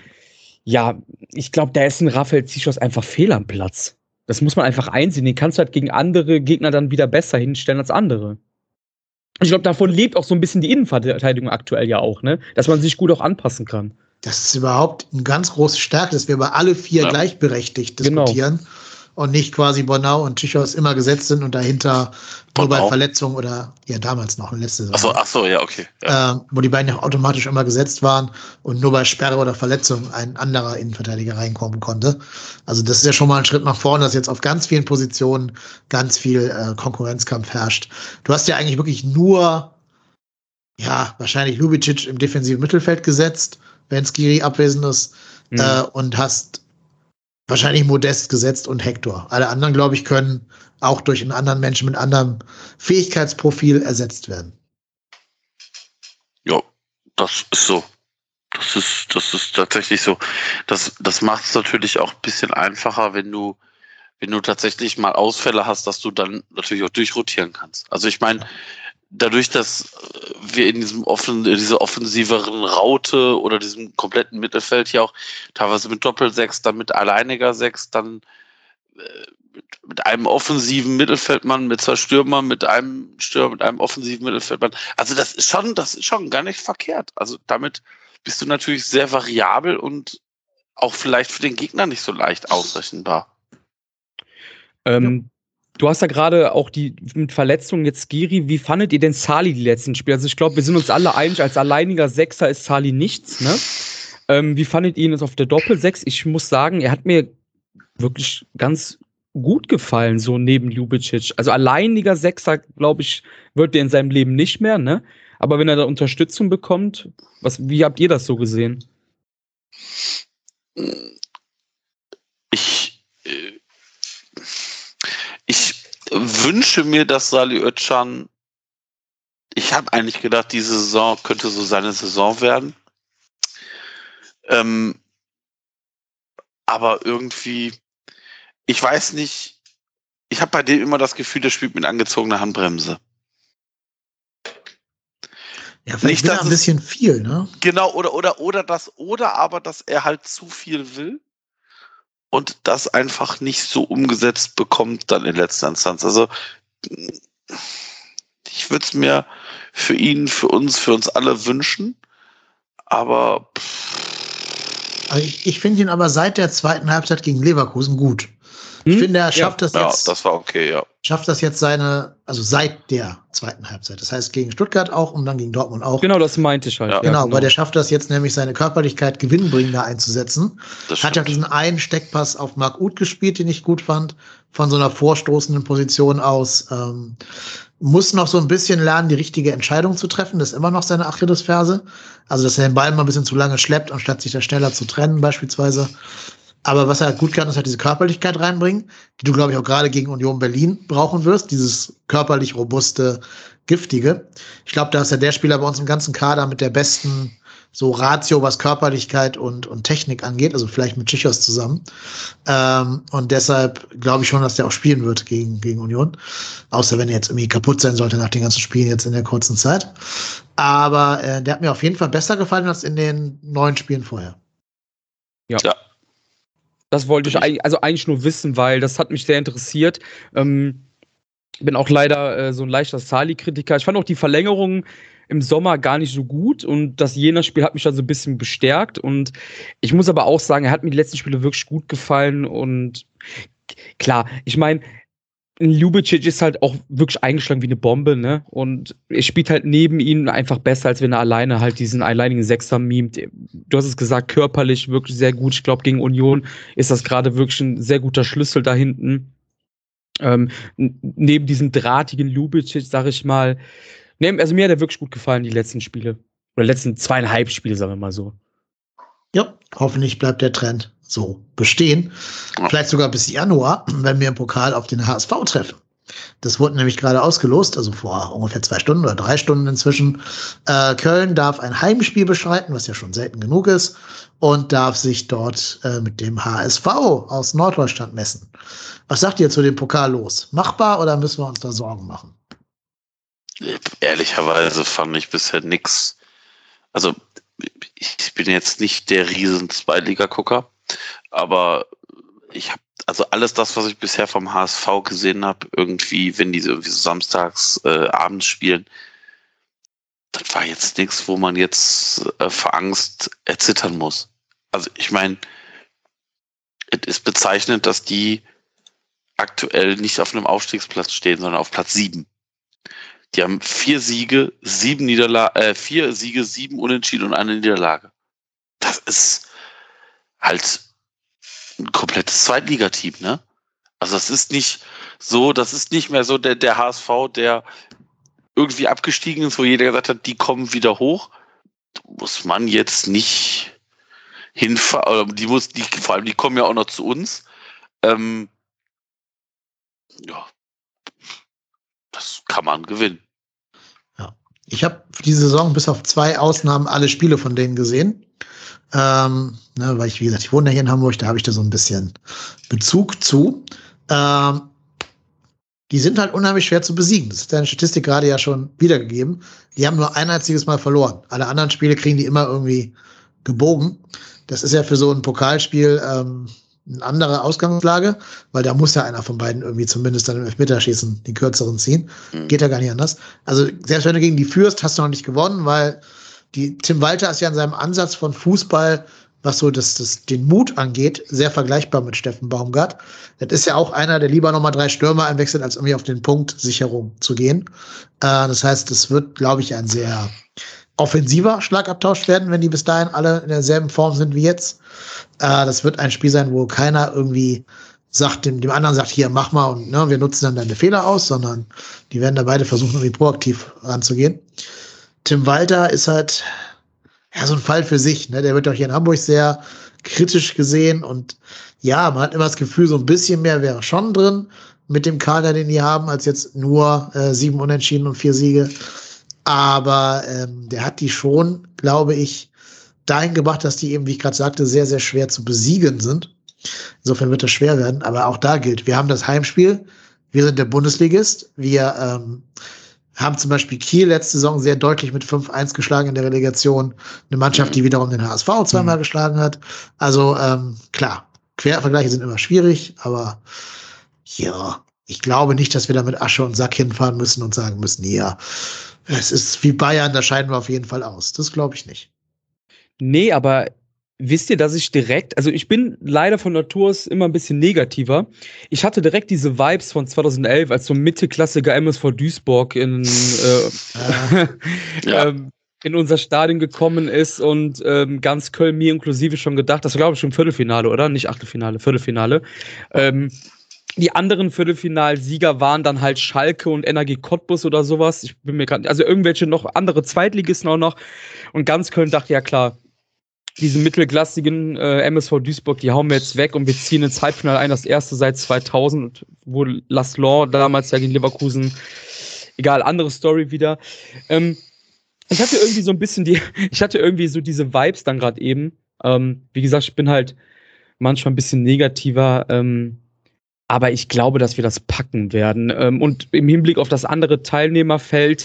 Ja, ich glaube, da ist ein Rafael Zichos einfach fehl am Platz. Das muss man einfach einsehen. Den kannst du halt gegen andere Gegner dann wieder besser hinstellen als andere. Ich glaube, davon lebt auch so ein bisschen die Innenverteidigung aktuell ja auch, ne, dass man sich gut auch anpassen kann. Das ist überhaupt eine ganz große Stärke, dass wir über alle vier ja. gleichberechtigt diskutieren. Genau. Und nicht quasi Bornau und Zichos immer gesetzt sind und dahinter nur bei Verletzungen oder, ja, damals noch, letzte Saison. Ach so, ach so, ja, okay. Ja. Äh, wo die beiden ja automatisch immer gesetzt waren und nur bei Sperre oder Verletzung ein anderer Innenverteidiger reinkommen konnte. Also das ist ja schon mal ein Schritt nach vorne, dass jetzt auf ganz vielen Positionen ganz viel äh, Konkurrenzkampf herrscht. Du hast ja eigentlich wirklich nur, ja, wahrscheinlich Lubicic im defensiven Mittelfeld gesetzt, wenn Skiri abwesend ist, mhm. äh, und hast wahrscheinlich Modest gesetzt und Hector. Alle anderen, glaube ich, können auch durch einen anderen Menschen mit anderem Fähigkeitsprofil ersetzt werden. Ja, das ist so. Das ist, das ist tatsächlich so. Das, das macht es natürlich auch ein bisschen einfacher, wenn du, wenn du tatsächlich mal Ausfälle hast, dass du dann natürlich auch durchrotieren kannst. Also ich meine, dadurch, dass wir in diesem offen, diese offensiveren Raute oder diesem kompletten Mittelfeld hier auch teilweise mit Doppelsechs, dann mit alleiniger Sechs, dann äh, mit, mit einem offensiven Mittelfeldmann, mit zwei Stürmern, mit einem Stürmer, mit einem offensiven Mittelfeldmann. Also das ist schon, das ist schon gar nicht verkehrt. Also damit bist du natürlich sehr variabel und auch vielleicht für den Gegner nicht so leicht ausrechenbar. Ähm, Du hast ja gerade auch die mit Verletzungen jetzt Skiri. Wie fandet ihr denn Salih die letzten Spiele? Also ich glaube, wir sind uns alle einig, als alleiniger Sechser ist Salih nichts, ne? Ähm, wie fandet ihr ihn jetzt auf der Doppelsechs? Ich muss sagen, er hat mir wirklich ganz gut gefallen, so neben Ljubicic. Also alleiniger Sechser, glaube ich, wird er in seinem Leben nicht mehr, ne? Aber wenn er da Unterstützung bekommt, was, wie habt ihr das so gesehen? Ich, äh, ich wünsche mir, dass Salih Özcan, ich habe eigentlich gedacht, diese Saison könnte so seine Saison werden. Ähm, aber irgendwie, ich weiß nicht, ich habe bei dem immer das Gefühl, der spielt mit angezogener Handbremse. Ja, vielleicht nicht, ein bisschen es, viel, ne? Genau, oder, oder, oder das, oder aber, dass er halt zu viel will und das einfach nicht so umgesetzt bekommt dann in letzter Instanz. Also, ich würde es mir für ihn, für uns, für uns alle wünschen, aber also ich, ich finde ihn aber seit der zweiten Halbzeit gegen Leverkusen gut. Ich hm? finde, er schafft ja, das jetzt. Ja, das war okay, ja. Schafft das jetzt seine, also seit der zweiten Halbzeit. Das heißt, gegen Stuttgart auch und dann gegen Dortmund auch. Genau, das meinte ich halt. Ja. Genau, genau, weil der schafft das jetzt nämlich, seine Körperlichkeit gewinnbringender einzusetzen. Das hat ja diesen einen Steckpass auf Marc Uth gespielt, den ich gut fand, von so einer vorstoßenden Position aus. Ähm, muss noch so ein bisschen lernen, die richtige Entscheidung zu treffen. Das ist immer noch seine Achillesferse. Also, dass er den Ball mal ein bisschen zu lange schleppt, anstatt sich da schneller zu trennen, beispielsweise. Aber was er halt gut kann, ist halt diese Körperlichkeit reinbringen, die du, glaube ich, auch gerade gegen Union Berlin brauchen wirst. Dieses körperlich robuste, giftige. Ich glaube, da ist ja der Spieler bei uns im ganzen Kader mit der besten so Ratio, was Körperlichkeit und, und Technik angeht. Also vielleicht mit Tschichos zusammen. Ähm, und deshalb glaube ich schon, dass der auch spielen wird gegen, gegen Union. Außer wenn er jetzt irgendwie kaputt sein sollte nach den ganzen Spielen jetzt in der kurzen Zeit. Aber äh, der hat mir auf jeden Fall besser gefallen als in den neun Spielen vorher. Ja. ja. Das wollte ich eigentlich, also eigentlich nur wissen, weil das hat mich sehr interessiert. Ähm, bin auch leider äh, so ein leichter Salih-Kritiker. Ich fand auch die Verlängerung im Sommer gar nicht so gut und das Jena-Spiel hat mich dann so ein bisschen bestärkt. Und ich muss aber auch sagen, er hat mir die letzten Spiele wirklich gut gefallen. Und klar, ich meine, Ljubicic ist halt auch wirklich eingeschlagen wie eine Bombe, ne? Und er spielt halt neben ihm einfach besser, als wenn er alleine halt diesen alleinigen Sechser mimt. Du hast es gesagt, körperlich wirklich sehr gut. Ich glaube, gegen Union ist das gerade wirklich ein sehr guter Schlüssel da hinten. Ähm, neben diesem drahtigen Ljubicic, sag ich mal. Ne, also mir hat er wirklich gut gefallen, die letzten Spiele. Oder letzten zweieinhalb Spiele, sagen wir mal so. Ja, hoffentlich bleibt der Trend so bestehen. Vielleicht sogar bis Januar, wenn wir im Pokal auf den H S V treffen. Das wurde nämlich gerade ausgelost, also vor ungefähr zwei Stunden oder drei Stunden inzwischen. Äh, Köln darf ein Heimspiel bestreiten, was ja schon selten genug ist, und darf sich dort äh, mit dem H S V aus Norddeutschland messen. Was sagt ihr zu dem Pokal los? Machbar oder müssen wir uns da Sorgen machen? Ehrlicherweise fand ich bisher nix. Also ich bin jetzt nicht der riesen Zweitliga-Gucker, aber ich habe also alles das, was ich bisher vom H S V gesehen habe, irgendwie, wenn die irgendwie so samstags äh, abends spielen, das war jetzt nichts, wo man jetzt äh, vor Angst erzittern muss. Also ich meine, es ist bezeichnend, dass die aktuell nicht auf einem Aufstiegsplatz stehen, sondern auf Platz sieben. Die haben vier Siege, sieben Niederlagen, äh, vier Siege, sieben Unentschieden und eine Niederlage. Das ist halt ein komplettes Zweitligateam, ne? Also das ist nicht so, das ist nicht mehr so der, der H S V, der irgendwie abgestiegen ist, wo jeder gesagt hat, die kommen wieder hoch. Muss man jetzt nicht hinfahren, die muss, die, vor allem die kommen ja auch noch zu uns. Ähm, ja, das kann man gewinnen. Ja, ich habe diese Saison bis auf zwei Ausnahmen alle Spiele von denen gesehen. Ähm, ne, weil ich, wie gesagt, ich wohne hier in Hamburg, da habe ich da so ein bisschen Bezug zu. Ähm, die sind halt unheimlich schwer zu besiegen. Das ist deine Statistik gerade ja schon wiedergegeben. Die haben nur ein einziges Mal verloren. Alle anderen Spiele kriegen die immer irgendwie gebogen. Das ist ja für so ein Pokalspiel ähm, eine andere Ausgangslage, weil da muss ja einer von beiden irgendwie zumindest dann im Elfmeterschießen den kürzeren ziehen. Mhm. Geht ja gar nicht anders. Also selbst wenn du gegen die führst, hast du noch nicht gewonnen, weil die Tim Walter ist ja in seinem Ansatz von Fußball was so das, das, den Mut angeht, sehr vergleichbar mit Steffen Baumgart. Das ist ja auch einer, der lieber nochmal drei Stürmer einwechselt, als irgendwie auf den Punkt Sicherung zu gehen. Äh, das heißt, es wird, glaube ich, ein sehr offensiver Schlagabtausch werden, wenn die bis dahin alle in derselben Form sind wie jetzt. Äh, das wird ein Spiel sein, wo keiner irgendwie sagt, dem, dem anderen sagt, hier, mach mal und ne, wir nutzen dann deine Fehler aus, sondern die werden da beide versuchen, irgendwie proaktiv ranzugehen. Tim Walter ist halt ja so ein Fall für sich, ne? Der wird auch hier in Hamburg sehr kritisch gesehen und ja, man hat immer das Gefühl, so ein bisschen mehr wäre schon drin mit dem Kader, den die haben, als jetzt nur äh, sieben Unentschieden und vier Siege. Aber ähm, der hat die schon, glaube ich, dahin gebracht, dass die eben, wie ich gerade sagte, sehr, sehr schwer zu besiegen sind. Insofern wird das schwer werden. Aber auch da gilt, wir haben das Heimspiel, wir sind der Bundesligist, wir ähm, haben zum Beispiel Kiel letzte Saison sehr deutlich mit fünf eins geschlagen in der Relegation. Eine Mannschaft, die wiederum den H S V zweimal mhm. geschlagen hat. Also ähm, klar, Quervergleiche sind immer schwierig, aber ja, ich glaube nicht, dass wir da mit Asche und Sack hinfahren müssen und sagen müssen, ja, es ist wie Bayern, da scheiden wir auf jeden Fall aus. Das glaube ich nicht. Nee, aber wisst ihr, dass ich direkt, also ich bin leider von Natur aus immer ein bisschen negativer. Ich hatte direkt diese Vibes von zweitausendelf, als so Mittelklassiker M S V Duisburg in, äh, ja. ähm, in unser Stadion gekommen ist und ähm, ganz Köln, mir inklusive, schon gedacht, das war glaube ich schon Viertelfinale, oder? Nicht Achtelfinale, Viertelfinale. Ähm, Die anderen Viertelfinalsieger waren dann halt Schalke und N R G Cottbus oder sowas. Ich bin mir gerade, also irgendwelche noch andere Zweitligisten auch noch. Und ganz Köln dachte, ja klar, diese mittelklassigen äh, M S V Duisburg, die hauen wir jetzt weg und wir ziehen ins Halbfinale ein, das erste seit zweitausend, wo Laszlo damals ja gegen Leverkusen, egal, andere Story wieder. Ähm, ich hatte irgendwie so ein bisschen die, ich hatte irgendwie so diese Vibes dann gerade eben. Ähm, wie gesagt, ich bin halt manchmal ein bisschen negativer, ähm, aber ich glaube, dass wir das packen werden. Ähm, und im Hinblick auf das andere Teilnehmerfeld,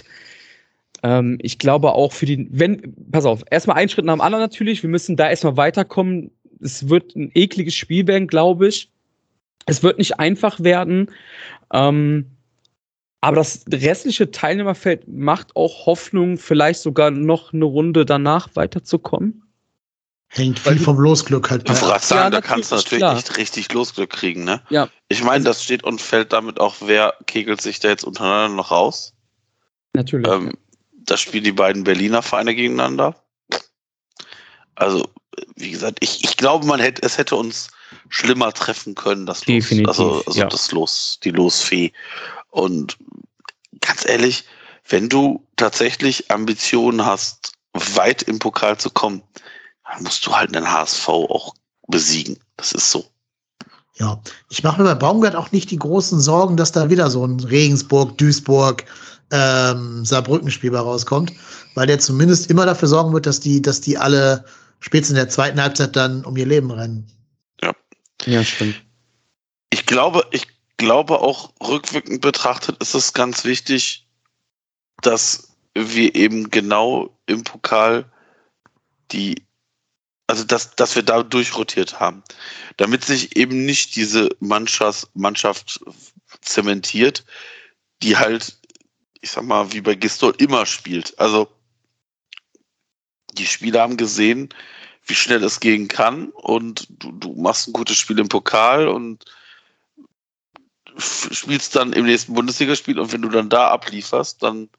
ähm, ich glaube auch für die, wenn, pass auf, erstmal einen Schritt nach dem anderen natürlich, wir müssen da erstmal weiterkommen. Es wird ein ekliges Spiel werden, glaube ich. Es wird nicht einfach werden. Ähm, aber das restliche Teilnehmerfeld macht auch Hoffnung, vielleicht sogar noch eine Runde danach weiterzukommen. Hängt viel vom Losglück halt. Ich wollte sagen, ja, da kannst du natürlich klar. nicht richtig Losglück kriegen, ne? Ja. Ich meine, das steht und fällt damit auch, wer kegelt sich da jetzt untereinander noch raus. Natürlich. Ähm, da spielen die beiden Berliner Vereine gegeneinander. Also, wie gesagt, ich, ich glaube, man hätte, es hätte uns schlimmer treffen können, das Los. Definitiv, Also, also ja. das Los, die Losfee. Und ganz ehrlich, wenn du tatsächlich Ambitionen hast, weit im Pokal zu kommen, dann musst du halt den H S V auch besiegen. Das ist so. Ja, ich mache mir bei Baumgart auch nicht die großen Sorgen, dass da wieder so ein Regensburg, Duisburg, ähm, Saarbrücken-Spiel bei rauskommt, weil der zumindest immer dafür sorgen wird, dass die, dass die alle spätestens in der zweiten Halbzeit dann um ihr Leben rennen. Ja. Ja, stimmt. Ich glaube, ich glaube auch rückwirkend betrachtet ist es ganz wichtig, dass wir eben genau im Pokal die Also, dass, dass wir da durchrotiert haben. Damit sich eben nicht diese Mannschaft, Mannschaft zementiert, die halt, ich sag mal, wie bei Gistol immer spielt. Also, die Spieler haben gesehen, wie schnell es gehen kann und du, du machst ein gutes Spiel im Pokal und spielst dann im nächsten Bundesligaspiel und wenn du dann da ablieferst, dann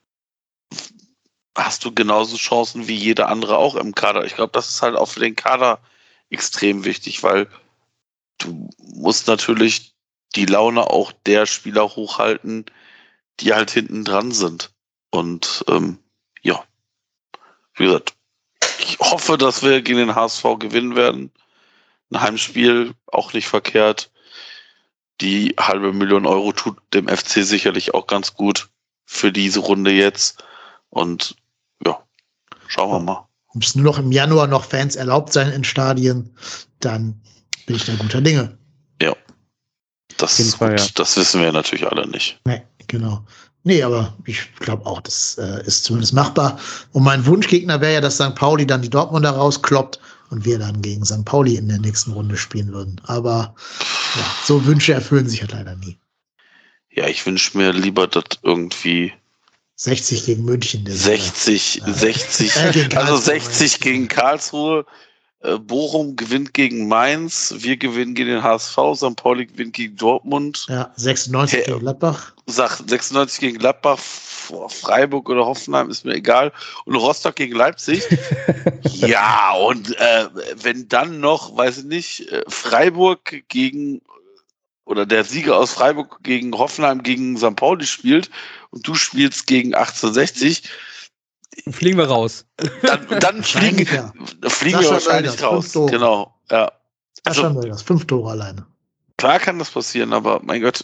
hast du genauso Chancen wie jeder andere auch im Kader. Ich glaube, das ist halt auch für den Kader extrem wichtig, weil du musst natürlich die Laune auch der Spieler hochhalten, die halt hinten dran sind. Und ähm, ja, wie gesagt, ich hoffe, dass wir gegen den H S V gewinnen werden. Ein Heimspiel, auch nicht verkehrt. Die halbe Million Euro tut dem F C sicherlich auch ganz gut für diese Runde jetzt. Und ja, schauen wir mal. Ob es nur noch im Januar noch Fans erlaubt sein in Stadien, dann bin ich da guter Dinge. Ja, das ist Fall, gut. Ja. Das wissen wir natürlich alle nicht. Nee, genau. Nee, aber ich glaube auch, das äh, ist zumindest machbar. Und mein Wunschgegner wäre ja, dass Sankt Pauli dann die Dortmunder rauskloppt und wir dann gegen Sankt Pauli in der nächsten Runde spielen würden. Aber ja, so Wünsche erfüllen sich halt leider nie. Ja, ich wünsche mir lieber, dass irgendwie sechzig gegen München. Der sechzig, ja. sechzig, äh, also sechzig gegen Karlsruhe Äh, Bochum gewinnt gegen Mainz, wir gewinnen gegen den H S V, Sankt Pauli gewinnt gegen Dortmund. Ja, sechsundneunzig Hey, gegen Gladbach. Sag sechsundneunzig gegen Gladbach, Freiburg oder Hoffenheim, ist mir egal. Und Rostock gegen Leipzig. Ja, und äh, wenn dann noch, weiß ich nicht, äh, Freiburg gegen, oder der Sieger aus Freiburg gegen Hoffenheim gegen Sankt Pauli spielt und du spielst gegen achtzehnhundertsechzig, Fliegen wir raus. dann, dann fliegen, Wahrscheinlich, ja. fliegen wir Sascha wahrscheinlich Mölders, raus. fünf Tore. Genau, ja. Sascha Also, Mölders, fünf Tore alleine. klar kann das passieren, aber mein Gott,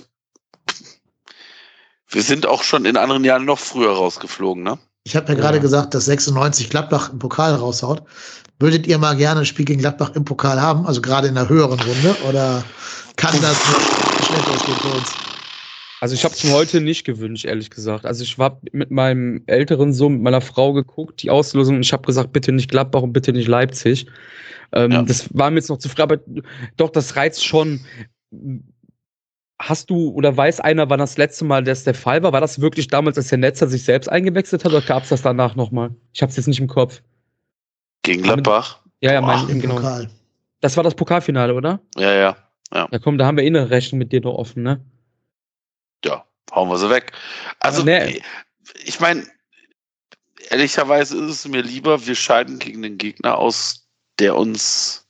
wir sind auch schon in anderen Jahren noch früher rausgeflogen, ne? Ich habe ja gerade Ja. gesagt, dass sechsundneunzig Gladbach im Pokal raushaut. Würdet ihr mal gerne ein Spiel gegen Gladbach im Pokal haben? Also gerade in der höheren Runde? Oder kann das nicht schlecht ausgehen für uns? Also ich habe es mir heute nicht gewünscht, ehrlich gesagt. Also ich war mit meinem älteren Sohn, mit meiner Frau geguckt, die Auslosung, und ich habe gesagt, bitte nicht Gladbach und bitte nicht Leipzig. Ähm, Ja. Das war mir jetzt noch zu früh, aber doch, das reizt schon. Hast du oder weiß einer, wann das letzte Mal das der Fall war? War das wirklich damals, als der Netzer sich selbst eingewechselt hat, oder gab es das danach nochmal? Ich habe es jetzt nicht im Kopf. Gegen Gladbach. Ja, ja, Boah, mein, Im genau. Pokal. Das war das Pokalfinale, oder? Ja, ja, Ja, komm, da haben wir eh eine Rechnung mit dir noch offen, ne? ja, hauen wir sie weg. Also, Ja, nee. ich meine, ehrlicherweise ist es mir lieber, wir scheiden gegen den Gegner aus, der uns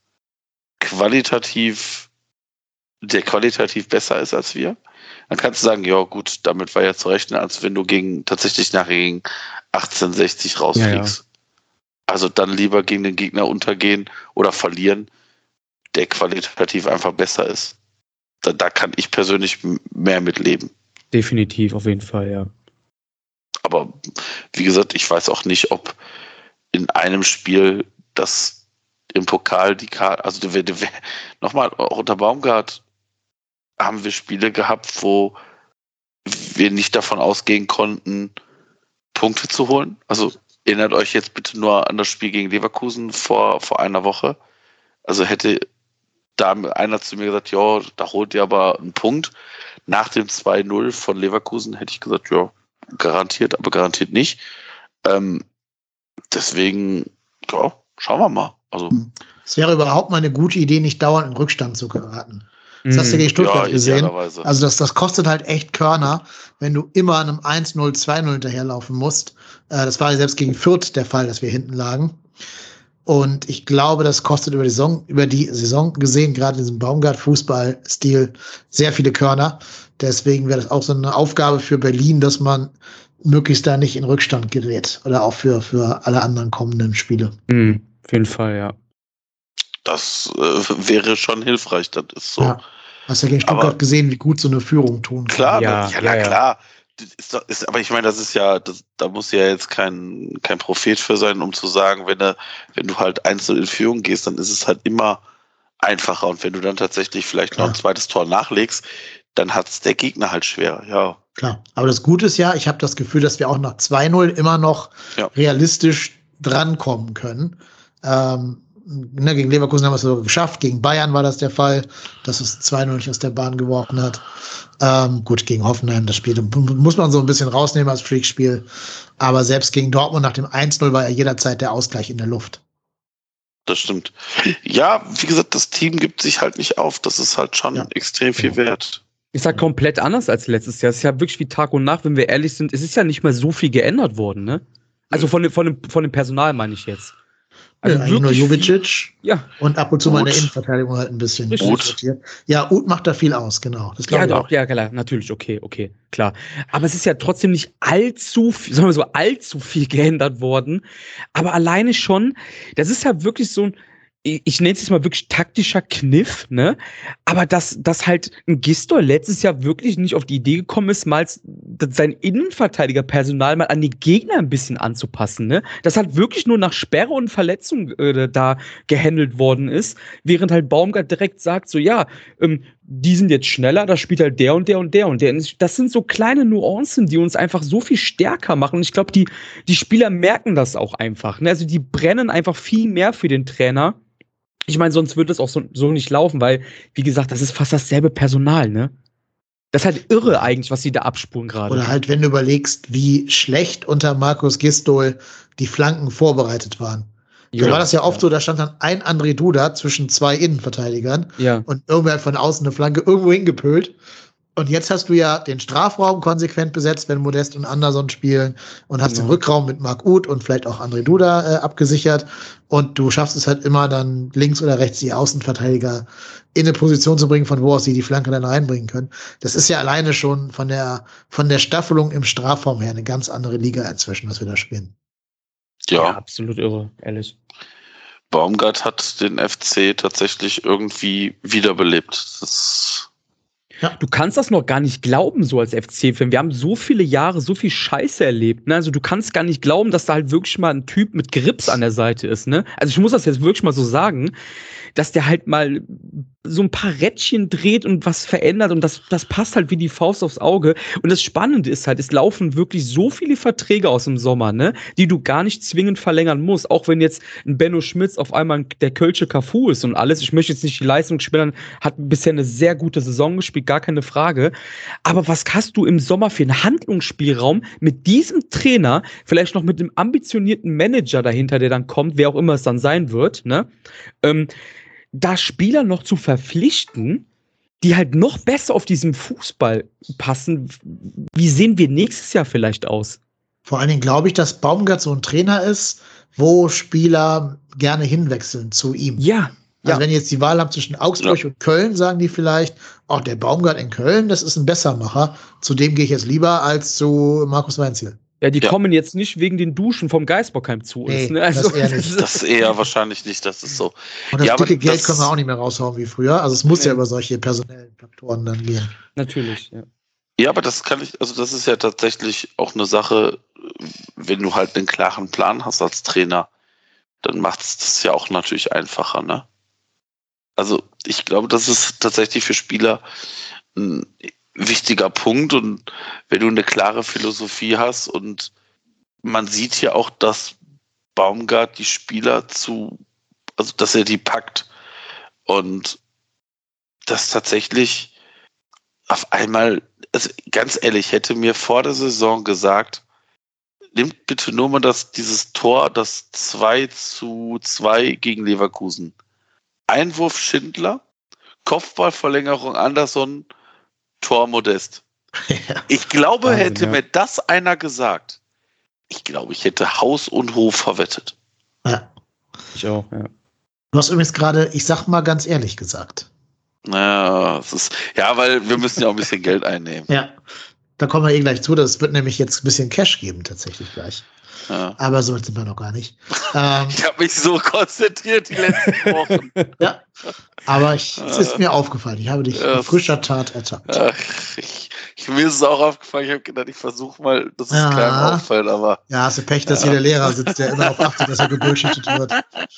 qualitativ, der qualitativ besser ist als wir. Dann kannst du sagen, ja gut, damit war ja zu rechnen, als wenn du gegen tatsächlich nachher gegen achtzehnhundertsechzig rausfliegst. Ja, Also dann lieber gegen den Gegner untergehen oder verlieren, der qualitativ einfach besser ist. Da, da kann ich persönlich m- mehr mitleben. Definitiv, auf jeden Fall, ja. Aber wie gesagt, ich weiß auch nicht, ob in einem Spiel das im Pokal die Karte, also der, der, nochmal, auch unter Baumgart haben wir Spiele gehabt, wo wir nicht davon ausgehen konnten, Punkte zu holen. Also erinnert euch jetzt bitte nur an das Spiel gegen Leverkusen vor, vor einer Woche. Also hätte da einer zu mir gesagt, ja, da holt ihr aber einen Punkt. Nach dem zwei null von Leverkusen hätte ich gesagt, ja, garantiert, aber garantiert nicht. Ähm, deswegen, ja, schauen wir mal. Also, Es wäre überhaupt mal eine gute Idee, nicht dauernd in Rückstand zu geraten. Das hast du gegen Stuttgart ja, gesehen. idealerweise. Also das, das kostet halt echt Körner, wenn du immer einem eins null, zwei null hinterherlaufen musst. Äh, das war ja selbst gegen Fürth der Fall, dass wir hinten lagen. Und ich glaube, das kostet über die Saison, über die Saison gesehen, gerade in diesem Baumgart-Fußball-Stil, sehr viele Körner. Deswegen wäre das auch so eine Aufgabe für Berlin, dass man möglichst da nicht in Rückstand gerät. Oder auch für, für alle anderen kommenden Spiele. Mhm, auf jeden Fall, ja. Das äh, wäre schon hilfreich, das ist so. Ja. Hast ja gegen Stuttgart Aber- gesehen, wie gut so eine Führung tun kann. Klar, Ja, ja, ja, ja, na ja. klar. Das ist, doch- ist, aber ich meine, das ist ja, das, da muss ja jetzt kein, kein Prophet für sein, um zu sagen, wenn, du- wenn du halt einzeln in Führung gehst, dann ist es halt immer einfacher. Und wenn du dann tatsächlich vielleicht noch ein Klar. zweites Tor nachlegst, dann hat es der Gegner halt schwerer. Ja, Klar. Aber das Gute ist ja, ich habe das Gefühl, dass wir auch nach zwei null immer noch Ja. realistisch drankommen können. Ähm, ne, gegen Leverkusen haben wir es sogar geschafft. Gegen Bayern war das der Fall, dass es zwei null nicht aus der Bahn geworfen hat. Ähm, gut, gegen Hoffenheim, das Spiel muss man so ein bisschen rausnehmen als Freakspiel. Aber selbst gegen Dortmund nach dem eins null war ja jederzeit der Ausgleich in der Luft. das stimmt. Ja, wie gesagt, das Team gibt sich halt nicht auf. Das ist halt schon Ja. extrem viel Genau. wert. Ist ja komplett anders als letztes Jahr. Es ist ja wirklich wie Tag und Nacht, wenn wir ehrlich sind. Es ist ja nicht mehr so viel geändert worden, ne? Also von dem, von dem, von dem Personal meine ich jetzt. Also Ja, eigentlich nur wirklich viel- Jovicic Ja, und ab und zu mal in der Uth. Innenverteidigung halt ein bisschen. Richtig. rotiert. Ja, Uth macht da viel aus, genau. Das ja, glaube ich doch, auch. ja, klar, natürlich, okay, okay, klar. Aber es ist ja trotzdem nicht allzu viel, sagen wir so, allzu viel geändert worden. Aber alleine schon, das ist ja wirklich so ein, ich, ich nenne es jetzt mal wirklich taktischer Kniff, ne? Aber dass, dass halt ein Gisdol letztes Jahr wirklich nicht auf die Idee gekommen ist, mal s- sein Innenverteidigerpersonal mal an die Gegner ein bisschen anzupassen, ne? Das halt wirklich nur nach Sperre und Verletzung äh, da gehandelt worden ist, während halt Baumgart direkt sagt, so ja, ähm, die sind jetzt schneller, da spielt halt der und der und der und der. Und das sind so kleine Nuancen, die uns einfach so viel stärker machen. Und ich glaube, die, die Spieler merken das auch einfach, ne? Also die brennen einfach viel mehr für den Trainer. Ich meine, sonst würde es auch so, so nicht laufen, weil, wie gesagt, das ist fast dasselbe Personal, ne? Das ist halt irre eigentlich, was sie da abspulen gerade. Oder halt, wenn du überlegst, wie schlecht unter Markus Gisdol die Flanken vorbereitet waren. Da war das ja oft ja. so, da stand dann ein André Duda zwischen zwei Innenverteidigern ja. und irgendwer hat von außen eine Flanke irgendwo hingepölt. Und jetzt hast du ja den Strafraum konsequent besetzt, wenn Modest und Anderson spielen und hast genau. den Rückraum mit Marc Uth und vielleicht auch André Duda äh, abgesichert. Und du schaffst es halt immer dann links oder rechts die Außenverteidiger in eine Position zu bringen, von wo aus sie die Flanke dann reinbringen können. Das ist ja alleine schon von der, von der Staffelung im Strafraum her eine ganz andere Liga inzwischen, was wir da spielen. Ja, ja absolut irre, ehrlich. Baumgart hat den F C tatsächlich irgendwie wiederbelebt. Das Ja. Du kannst das noch gar nicht glauben, so als F C-Fan. Wir haben so viele Jahre, so viel Scheiße erlebt. Ne? Also du kannst gar nicht glauben, dass da halt wirklich mal ein Typ mit Grips an der Seite ist. Ne? Also ich muss das jetzt wirklich mal so sagen, dass der halt mal so ein paar Rädchen dreht und was verändert und das, das passt halt wie die Faust aufs Auge. Und das Spannende ist halt, es laufen wirklich so viele Verträge aus dem Sommer, ne, die du gar nicht zwingend verlängern musst. Auch wenn jetzt ein Benno Schmitz auf einmal der Kölsche Cafu ist und alles. Ich möchte jetzt nicht die Leistung spielen, hat bisher eine sehr gute Saison gespielt, gar keine Frage. Aber was hast du im Sommer für einen Handlungsspielraum mit diesem Trainer, vielleicht noch mit einem ambitionierten Manager dahinter, der dann kommt, wer auch immer es dann sein wird, ne, ähm, da Spieler noch zu verpflichten, die halt noch besser auf diesen Fußball passen, wie sehen wir nächstes Jahr vielleicht aus? Vor allen Dingen glaube ich, dass Baumgart so ein Trainer ist, wo Spieler gerne hinwechseln zu ihm. Ja. Also ja. wenn ihr jetzt die Wahl habt zwischen Augsburg ja. und Köln, sagen die vielleicht, auch der Baumgart in Köln, das ist ein Bessermacher. Zu dem gehe ich jetzt lieber als zu Markus Weinziel. Ja, die ja. kommen jetzt nicht wegen den Duschen vom Geisbockheim zu uns. Nee, Ne? Also, das eher nicht. Das eher wahrscheinlich nicht, das ist so. Und das ja, dicke aber Geld das können wir auch nicht mehr raushauen wie früher. Also es muss ja. ja über solche personellen Faktoren dann gehen. Natürlich, ja. Ja, aber das kann ich, also das ist ja tatsächlich auch eine Sache, wenn du halt einen klaren Plan hast als Trainer, dann macht es das ja auch natürlich einfacher, ne? Also ich glaube, das ist tatsächlich für Spieler ein wichtiger Punkt und wenn du eine klare Philosophie hast und man sieht ja auch, dass Baumgart die Spieler zu, also dass er die packt und das tatsächlich auf einmal, also ganz ehrlich, hätte mir vor der Saison gesagt, nimmt bitte nur mal das, dieses Tor, das zwei zu zwei gegen Leverkusen. Einwurf Schindler, Kopfballverlängerung Anderson, Tor Modest. Ja. Ich glaube, Wahnsinn, hätte ja. mir das einer gesagt, ich glaube, ich hätte Haus und Hof verwettet. Ja. Ich auch, ja. Du hast übrigens gerade, ich sag mal ganz ehrlich gesagt. Naja, es ist, ja, weil wir müssen ja auch ein bisschen Geld einnehmen. Ja, da kommen wir eh gleich zu. Das wird nämlich jetzt ein bisschen Cash geben, tatsächlich gleich. Ja. Aber so weit sind wir noch gar nicht. Ähm, Ich habe mich so konzentriert die letzten Wochen. ja, aber ich, es ist mir aufgefallen. Ich habe dich Ja. in frischer Tat ertappt. Ach, ich, ich, mir ist es auch aufgefallen. Ich habe gedacht, ich versuche mal, dass es Ja. keinem auffällt, aber Ja, hast du Pech, dass hier der Lehrer sitzt, der immer auf achtet, dass er gebullshittet wird.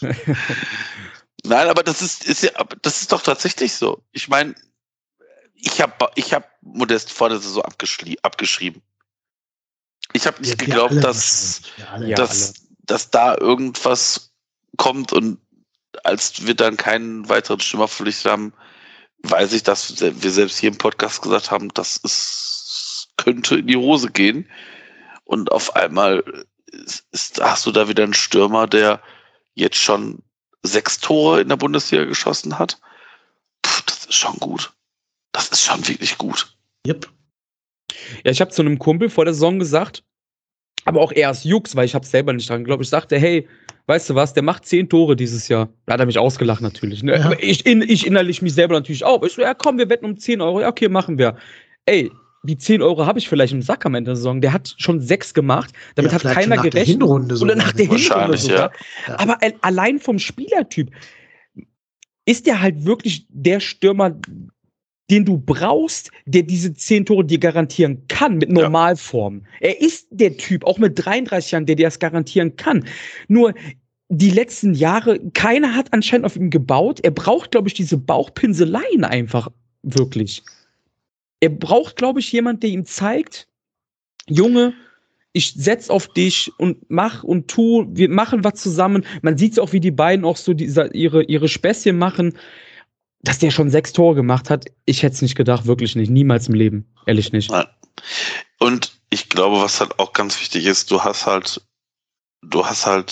nein, aber das ist, ist ja, das ist doch tatsächlich so. Ich meine, ich habe ich hab Modest vor der Saison abgeschri- abgeschrieben. Ich habe nicht Ja, wir geglaubt, alle dass, wahrscheinlich. Wir alle. Ja. dass, dass da irgendwas kommt und als wir dann keinen weiteren Stürmer verpflichtet haben, weiß ich, dass wir selbst hier im Podcast gesagt haben, das ist, könnte in die Hose gehen. Und auf einmal ist, ist, hast du da wieder einen Stürmer, der jetzt schon sechs Tore in der Bundesliga geschossen hat. Puh, das ist schon gut. Das ist schon wirklich gut. Yep. Ja, ich habe zu einem Kumpel vor der Saison gesagt, aber auch erst Jux, weil ich habe selber nicht dran geglaubt. Ich sagte, hey, weißt du was, der macht zehn Tore dieses Jahr. Da hat er mich ausgelacht natürlich. Ne? Ja. Aber ich, in, ich innerlich mich selber natürlich auch. Ich so, ja komm, wir wetten um zehn Euro. Ja, okay, machen wir. Ey, die zehn Euro habe ich vielleicht im Sack am Ende der Saison. Der hat schon sechs gemacht. Damit Ja, hat vielleicht keiner schon nach der gerechnet. Hinrunde Oder sogar. nach der Hinrunde Wahrscheinlich, sogar. ja. Ja. Aber al- allein vom Spielertyp ist der halt wirklich der Stürmer, den du brauchst, der diese zehn Tore dir garantieren kann, mit Normalform. Ja. Er ist der Typ, auch mit dreiunddreißig Jahren, der dir das garantieren kann. Nur die letzten Jahre, keiner hat anscheinend auf ihn gebaut. Er braucht, glaube ich, diese Bauchpinseleien einfach wirklich. Er braucht, glaube ich, jemand, der ihm zeigt, Junge, ich setz auf dich und mach und tu, wir machen was zusammen. Man sieht es auch, wie die beiden auch so dieser, ihre, ihre Späßchen machen. Dass der schon sechs Tore gemacht hat, ich hätte es nicht gedacht, wirklich nicht. Niemals im Leben. Ehrlich nicht. Nein. Und ich glaube, was halt auch ganz wichtig ist, du hast halt, du hast halt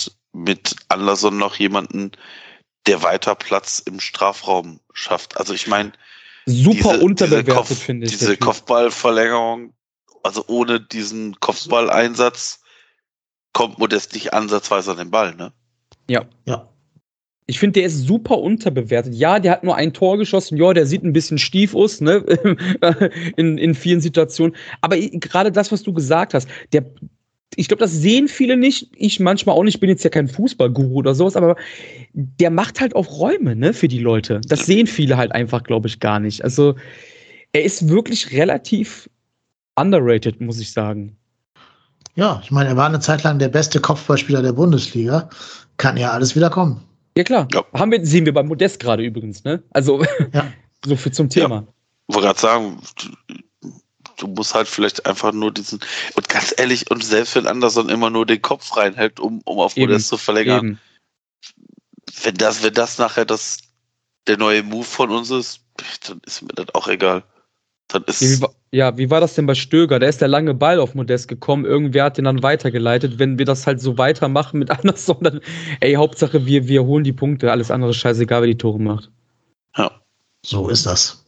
mit Anderson noch jemanden, der weiter Platz im Strafraum schafft. Also ich meine, Super diese, unterbewertet, diese, Kopf, finde ich. diese Kopfballverlängerung, also ohne diesen Kopfballeinsatz kommt Modest nicht ansatzweise an den Ball, ne? Ja. Ja. Ich finde, der ist super unterbewertet. Ja, der hat nur ein Tor geschossen. Ja, der sieht ein bisschen stief aus, ne? in, in vielen Situationen. Aber gerade das, was du gesagt hast, der, ich glaube, das sehen viele nicht. Ich manchmal auch nicht. Ich bin jetzt ja kein Fußballguru oder sowas, aber der macht halt auch Räume, ne, für die Leute. Das sehen viele halt einfach, glaube ich, gar nicht. Also, er ist wirklich relativ underrated, muss ich sagen. Ja, ich meine, er war eine Zeit lang der beste Kopfballspieler der Bundesliga. Kann ja alles wieder kommen. Ja, klar. Ja. Haben wir, sehen wir bei Modest gerade übrigens, ne? Also, Ja. so viel zum Thema. Ja. Ich wollte gerade sagen, du, du musst halt vielleicht einfach nur diesen, und ganz ehrlich, und selbst wenn Anderson immer nur den Kopf reinhält, um, um auf Eben, Modest zu verlängern, Eben. wenn das, wenn das nachher das, der neue Move von uns ist, dann ist mir das auch egal. Dann ist Ja wie, wa- ja, wie war das denn bei Stöger? Da ist der lange Ball auf Modest gekommen, irgendwer hat den dann weitergeleitet. Wenn wir das halt so weitermachen mit Anderson, dann, ey, Hauptsache wir, wir holen die Punkte, alles andere ist scheißegal, wer die Tore macht. ja. So ist das.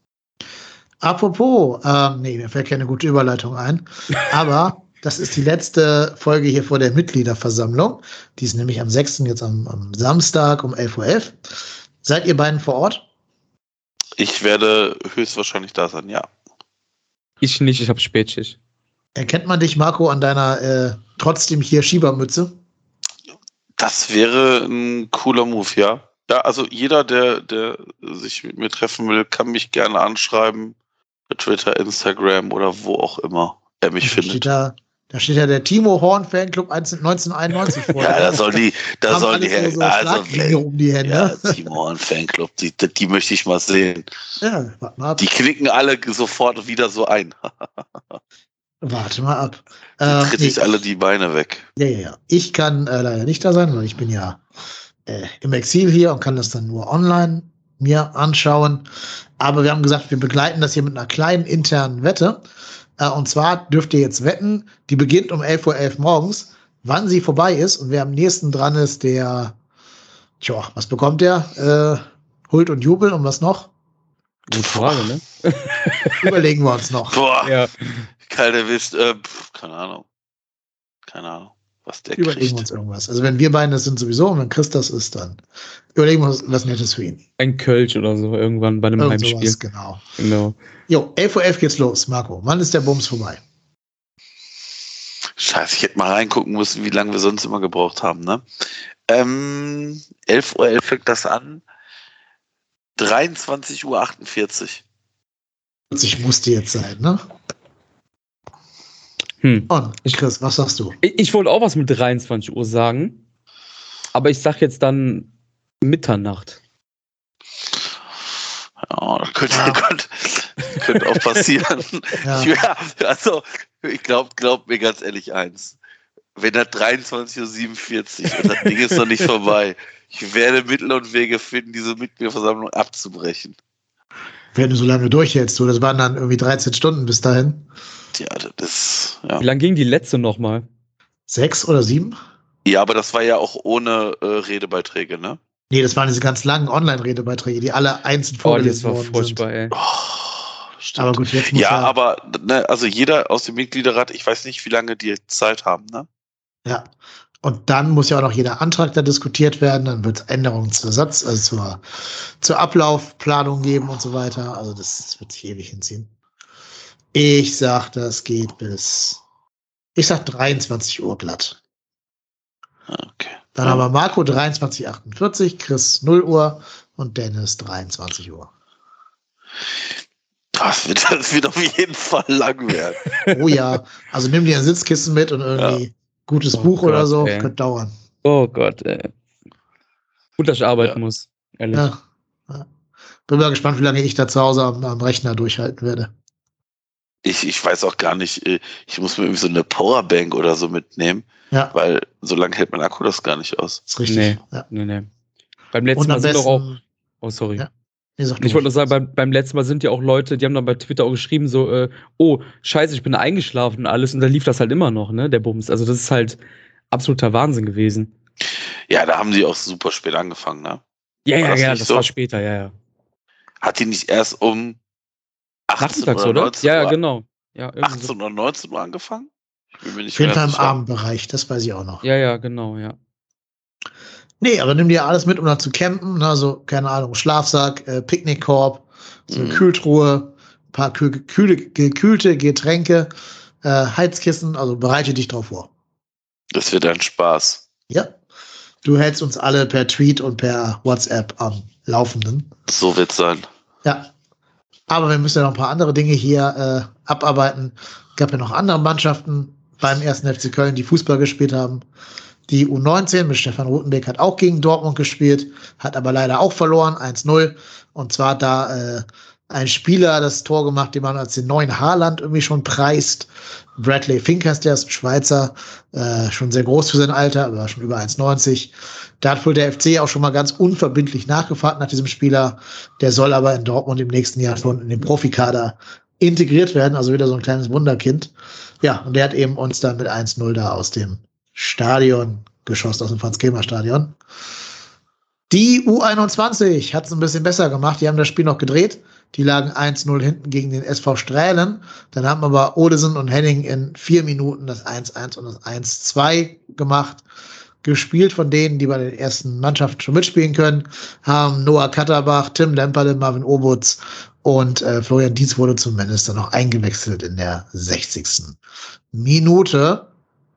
Apropos, ähm, nee, mir fällt keine gute Überleitung ein, aber das ist die letzte Folge hier vor der Mitgliederversammlung. Die ist nämlich am sechsten jetzt am, am Samstag um elf Uhr elf. Seid ihr beiden vor Ort? Ich werde höchstwahrscheinlich da sein, ja. Ich nicht, ich hab Spätschicht. Erkennt man dich, Marco, an deiner äh, trotzdem hier Schiebermütze? Das wäre ein cooler Move, ja. Ja, also jeder, der, der sich mit mir treffen will, kann mich gerne anschreiben. Bei Twitter, Instagram oder wo auch immer er mich Da findet. steht da, da steht ja der Timo Horn Fanclub neunzehnhunderteinundneunzig vor. Ja, da soll die, da Haben soll die, alles so, so also, Schlagringe um die Hände. ja, Timor Fanclub, die, die möchte ich mal sehen. Ja, warte mal ab. Die knicken alle sofort wieder so ein. Warte mal ab. Die Ähm, tritt nee, sich alle die Beine weg. Ja, ja, ja. Ich kann äh, leider nicht da sein, weil ich bin ja äh, im Exil hier und kann das dann nur online mir anschauen. Aber wir haben gesagt, wir begleiten das hier mit einer kleinen internen Wette. Äh, und zwar dürft ihr jetzt wetten, die beginnt um elf Uhr elf morgens, wann sie vorbei ist. Und wer am nächsten dran ist, der, tja, was bekommt der? Äh, Hult und Jubel und was noch? Gute Frage, ne? Überlegen wir uns noch. Boah, Ja. kalt erwischt. Äh, pf, keine Ahnung. Keine Ahnung, was der Überlegen wir kriegt. uns irgendwas. Also wenn wir beiden das sind sowieso und wenn Chris das ist, dann überlegen wir uns was Nettes für ihn. Ein Kölsch oder so, irgendwann bei einem Irgend Heimspiel. sowas, genau. Genau. Jo, elf Uhr elf geht's los, Marco. Wann ist der Bums vorbei? Scheiße, ich hätte mal reingucken müssen, wie lange wir sonst immer gebraucht haben, ne? Ähm, elf Uhr elf fängt das an. dreiundzwanzig Uhr achtundvierzig. Ich musste jetzt sein, ne? Hm. Und Chris, was sagst du? Ich, ich wollte auch was mit dreiundzwanzig Uhr sagen, aber ich sag jetzt dann Mitternacht. Ja, das könnte, Ja. könnte, könnte auch passieren. Ja. Ja, also, ich glaube, glaub mir ganz ehrlich eins. Wenn das dreiundzwanzig Uhr siebenundvierzig und das Ding ist noch nicht vorbei, ich werde Mittel und Wege finden, diese Mitgliederversammlung abzubrechen. Wenn du so lange durchhältst, du, das waren dann irgendwie dreizehn Stunden bis dahin. Ja, das, ja. Wie lang ging die letzte nochmal? Sechs oder sieben? Ja, aber das war ja auch ohne äh, Redebeiträge, ne? Nee, das waren diese ganz langen Online-Redebeiträge, die alle einzeln Oh, das vorgelesen war worden furchtbar, ey. Oh, das stimmt. Aber gut, jetzt muss Ja, er, aber ne, also jeder aus dem Mitgliederrat, ich weiß nicht, wie lange die Zeit haben, ne? Ja. Und dann muss ja auch noch jeder Antrag da diskutiert werden. Dann wird es Änderungen zur Satz, also zur, zur Ablaufplanung geben und so weiter. Also das, das wird sich ewig hinziehen. Ich sag, das geht bis, ich sag dreiundzwanzig Uhr glatt. Okay. Dann haben wir Marco dreiundzwanzig Uhr achtundvierzig, Chris null Uhr und Dennis dreiundzwanzig Uhr. Das wird, das wird auf jeden Fall lang werden. Oh ja, also nimm dir ein Sitzkissen mit und irgendwie gutes Oh Buch oder Gott, so. ey. Könnte dauern. Oh Gott, ey. Gut, dass ich arbeiten Ja. muss. Ehrlich. Ja. Ja. Bin mal gespannt, wie lange ich da zu Hause am, am Rechner durchhalten werde. Ich, ich weiß auch gar nicht, äh, ich muss mir irgendwie so eine Powerbank oder so mitnehmen, Ja, weil so lange hält mein Akku das gar nicht aus. ist richtig. Nee. Ja. Nee, nee. Beim letzten Und am Mal sind doch auch. besten, Oh, sorry. Ja. nee, sag du Ich wollte nur ruhig. sagen, beim, beim letzten Mal sind ja auch Leute, die haben dann bei Twitter auch geschrieben, so, äh, oh, scheiße, ich bin eingeschlafen und alles, und dann lief das halt immer noch, ne, der Bums. Also das ist halt absoluter Wahnsinn gewesen. Ja, da haben die auch super spät angefangen, ne? Ja, War ja, das ja, nicht das so? war später, ja, ja. Hat die nicht erst um achtzehn Nachmittags, oder oder? neunzehn Ja, ja, Uhr, genau. Ja, irgendwie so. achtzehn oder neunzehn Uhr angefangen? Ich bin mir nicht Auf jeden mehr Fall im sicher. Abendbereich, das weiß ich auch noch. Ja, ja, genau, ja. Nee, aber nimm dir alles mit, um dann zu campen. Ne? So, keine Ahnung, Schlafsack, äh, Picknickkorb, so eine Mhm. Kühltruhe, ein paar kühl, kühle, gekühlte Getränke, äh, Heizkissen. Also bereite dich drauf vor. Das wird ein Spaß. Ja. Du hältst uns alle per Tweet und per WhatsApp am Laufenden. So wird's sein. Ja. Aber wir müssen ja noch ein paar andere Dinge hier äh, abarbeiten. Es gab ja noch andere Mannschaften beim ersten F C Köln, die Fußball gespielt haben. Die U neunzehn mit Stefan Rothenbeck hat auch gegen Dortmund gespielt, hat aber leider auch verloren, eins null. Und zwar hat da äh, ein Spieler das Tor gemacht, den man als den neuen Haaland irgendwie schon preist. Bradley Fink heißt der, ist ein Schweizer, äh, schon sehr groß für sein Alter, aber schon über eins neunzig. Da hat wohl der F C auch schon mal ganz unverbindlich nachgefragt nach diesem Spieler. Der soll aber in Dortmund im nächsten Jahr schon in den Profikader integriert werden, also wieder so ein kleines Wunderkind. Ja, und der hat eben uns dann mit eins null da aus dem Stadion geschossen, aus dem Franz-Kremer-Stadion. Die U einundzwanzig hat es ein bisschen besser gemacht. Die haben das Spiel noch gedreht. Die lagen eins null hinten gegen den S V Strählen. Dann haben aber Olesen und Henning in vier Minuten das eins eins und das eins zwei gemacht. Gespielt von denen, die bei den ersten Mannschaften schon mitspielen können, haben Noah Katterbach, Tim Lemperle, Marvin Obutz und äh, Florian Dietz wurde zumindest dann noch eingewechselt in der sechzigsten Minute.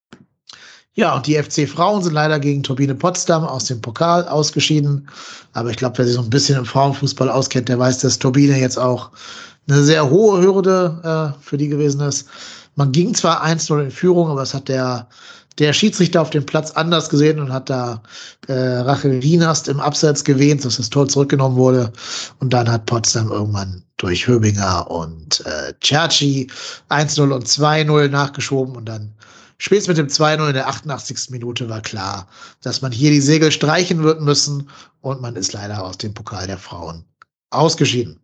Ja, und die F C-Frauen sind leider gegen Turbine Potsdam aus dem Pokal ausgeschieden. Aber ich glaube, wer sich so ein bisschen im Frauenfußball auskennt, der weiß, dass Turbine jetzt auch eine sehr hohe Hürde äh, für die gewesen ist. Man ging zwar eins null in Führung, aber es hat der, der Schiedsrichter auf dem Platz anders gesehen und hat da äh, Rachel Rienast im Abseits gewähnt, dass das Tor zurückgenommen wurde. Und dann hat Potsdam irgendwann durch Höbinger und äh, Cerci eins null und zwei null nachgeschoben und dann spätestens mit dem zwei null in der achtundachtzigsten Minute war klar, dass man hier die Segel streichen wird müssen und man ist leider aus dem Pokal der Frauen ausgeschieden.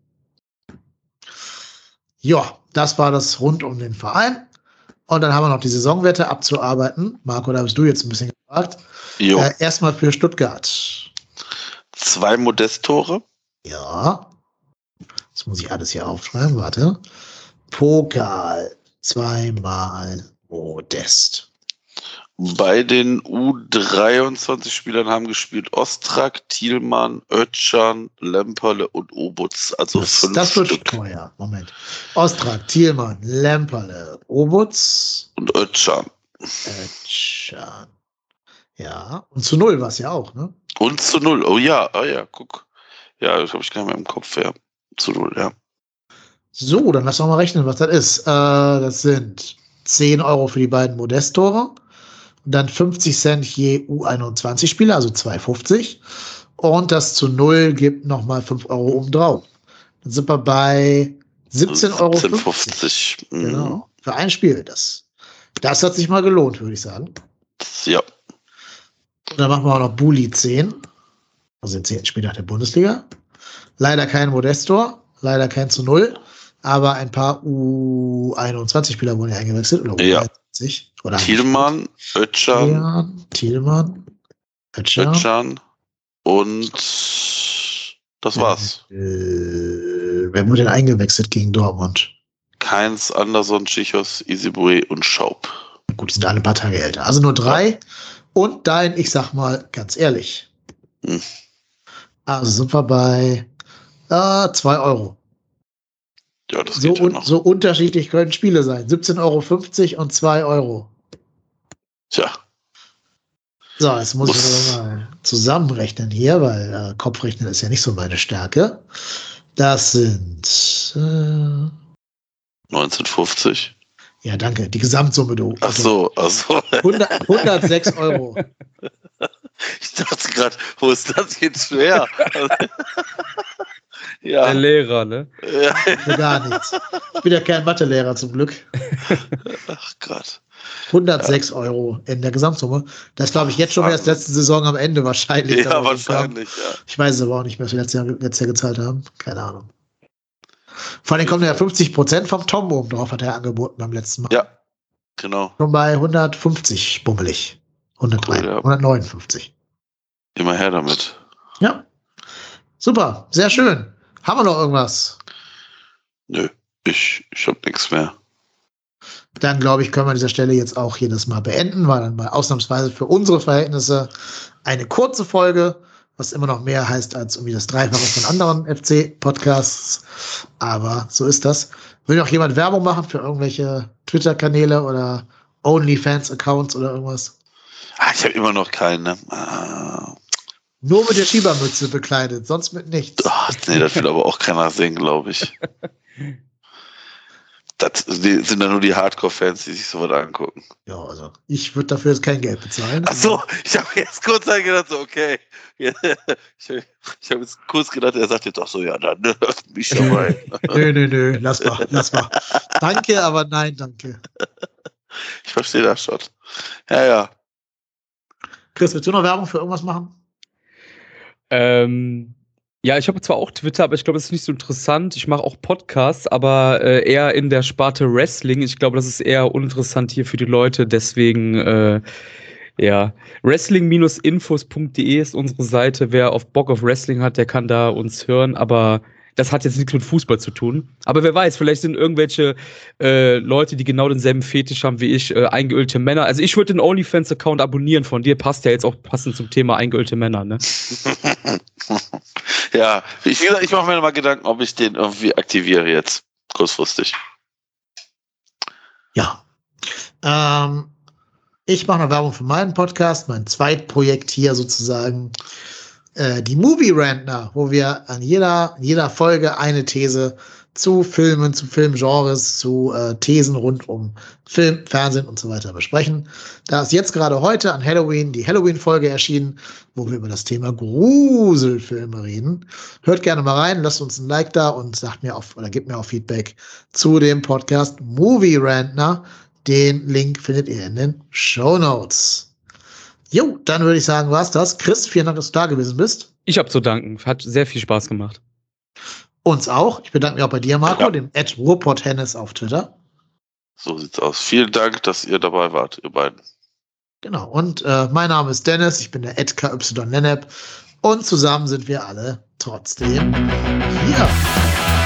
Ja, das war das rund um den Verein. Und dann haben wir noch die Saisonwette abzuarbeiten. Marco, da bist du jetzt ein bisschen gefragt. Jo. Äh, erstmal für Stuttgart. Zwei Modesttore. Ja. Das muss ich alles hier aufschreiben. Warte. Pokal. Zweimal Modest. Bei den U dreiundzwanzig-Spielern haben gespielt Ostrak, Thielmann, Özcan, Lemperle und Obutz. Also Das, fünf das wird Stück. teuer. Moment. Ostrak, Thielmann, Lemperle, Obutz, Und Özcan. Özcan. Ja, und zu null war es ja auch, ne? Und zu null. Oh ja, oh ja, guck. Ja, das habe ich gar nicht mehr im Kopf. Ja. Zu null, ja. So, dann lass doch mal rechnen, was das ist. Äh, das sind zehn Euro für die beiden Modesttore. Und dann fünfzig Cent je U einundzwanzig-Spieler, also zwei fünfzig. Und das zu null gibt nochmal fünf Euro obendrauf. Dann sind wir bei siebzehn Euro siebzehn fünfzig. fünfzig. Mhm. Genau. Für ein Spiel. Das, das hat sich mal gelohnt, würde ich sagen. Ja. Und dann machen wir auch noch Bulli zehn. Also den zehnten Spieltag der Bundesliga. Leider kein Modestor, leider kein zu null. Aber ein paar U einundzwanzig-Spieler wurden ja eingewechselt. Oder U einundzwanzig. Ja. Oder Thielmann, Özcan, Thielmann, Thielmann, Özcan. Özcan und das war's. Äh, wer wurde denn eingewechselt gegen Dortmund? Keins, Anderson, Schichos, Isibue und Schaub. Gut, die sind alle ein paar Tage älter. Also nur drei. Ja. Und dein, ich sag mal ganz ehrlich. Hm. Also sind wir bei äh, zwei Euro. Ja, das So, geht ja un noch. so unterschiedlich können Spiele sein. siebzehn Euro fünfzig und zwei Euro. Tja. So, jetzt muss, muss ich aber mal zusammenrechnen hier, weil äh, Kopfrechnen ist ja nicht so meine Stärke. Das sind äh, neunzehnhundertfünfzig. ja, danke. Die Gesamtsumme, du. Ach so, ach so. hundert, hundertsechs Euro. Ich dachte gerade, wo ist das jetzt schwer? Ja. Der Lehrer, ne? Ja. Für gar nichts. Ich bin ja kein Mathelehrer zum Glück. Ach Gott. hundertsechs ja. Euro in der Gesamtsumme. Das glaube ich jetzt schon erst letzte Saison am Ende wahrscheinlich. Ja, wahrscheinlich, ja. Ich weiß es aber auch nicht mehr, was wir letztes Jahr, letztes Jahr gezahlt haben. Keine Ahnung. Vor allem kommen ja fünfzig Prozent vom Tom oben drauf, hat er angeboten beim letzten Mal. Ja, genau. Schon bei hundertfünfzig bummelig. hundertdrei, Cool, ja. hundertneunundfünfzig. Immer her damit. Ja. Super, sehr schön. Haben wir noch irgendwas? Nö, ich, ich hab nichts mehr. Dann glaube ich, können wir an dieser Stelle jetzt auch jedes Mal beenden, weil dann mal ausnahmsweise für unsere Verhältnisse eine kurze Folge, was immer noch mehr heißt als irgendwie das Dreifache von anderen F C-Podcasts. Aber so ist das. Will noch jemand Werbung machen für irgendwelche Twitter-Kanäle oder OnlyFans-Accounts oder irgendwas? Ah, ich habe immer noch keine. Ah. Nur mit der Schiebermütze bekleidet, sonst mit nichts. Ach, nee, das will aber auch keiner sehen, glaube ich. Das die, sind dann nur die Hardcore-Fans, die sich sowas angucken. Ja, also ich würde dafür jetzt kein Geld bezahlen. Ach so, ich habe jetzt kurz gedacht, so, okay. Ich habe hab jetzt kurz gedacht, er sagt jetzt auch so, ja, dann ne, mich dabei. Nö, nö, nö, lass mal, lass mal. Danke, aber nein, danke. Ich verstehe das schon. Ja, ja. Chris, willst du noch Werbung für irgendwas machen? Ähm, ja, ich habe zwar auch Twitter, aber ich glaube, das ist nicht so interessant. Ich mache auch Podcasts, aber äh, eher in der Sparte Wrestling. Ich glaube, das ist eher uninteressant hier für die Leute. Deswegen, äh, ja, wrestling Bindestrich infos Punkt de ist unsere Seite. Wer auf Bock auf Wrestling hat, der kann da uns hören. Aber das hat jetzt nichts mit Fußball zu tun. Aber wer weiß, vielleicht sind irgendwelche äh, Leute, die genau denselben Fetisch haben wie ich, äh, eingeölte Männer. Also ich würde den OnlyFans-Account abonnieren von dir. Passt ja jetzt auch passend zum Thema eingeölte Männer, ne? Ja, ich, wie gesagt, ich mache mir mal Gedanken, ob ich den irgendwie aktiviere jetzt. Kurzfristig. Ja. Ähm, ich mache noch Werbung für meinen Podcast, mein Zweitprojekt hier sozusagen. Äh, die Movie Rantner, wo wir an jeder, in jeder Folge eine These zu Filmen, zu Filmgenres, zu äh, Thesen rund um Film, Fernsehen und so weiter besprechen. Da ist jetzt gerade heute an Halloween die Halloween-Folge erschienen, wo wir über das Thema Gruselfilme reden. Hört gerne mal rein, lasst uns ein Like da und sagt mir auf, oder gebt mir auch Feedback zu dem Podcast Movie Rantner. Den Link findet ihr in den Shownotes. Jo, dann würde ich sagen, war's das. Chris, vielen Dank, dass du da gewesen bist. Ich habe zu danken. Hat sehr viel Spaß gemacht. Uns auch. Ich bedanke mich auch bei dir, Marco, Ja. dem at Ruhrpott-Hennes auf Twitter. So sieht's aus. Vielen Dank, dass ihr dabei wart, ihr beiden. Genau. Und äh, mein Name ist Dennis. Ich bin der at K Y Lennep. Und zusammen sind wir alle trotzdem hier.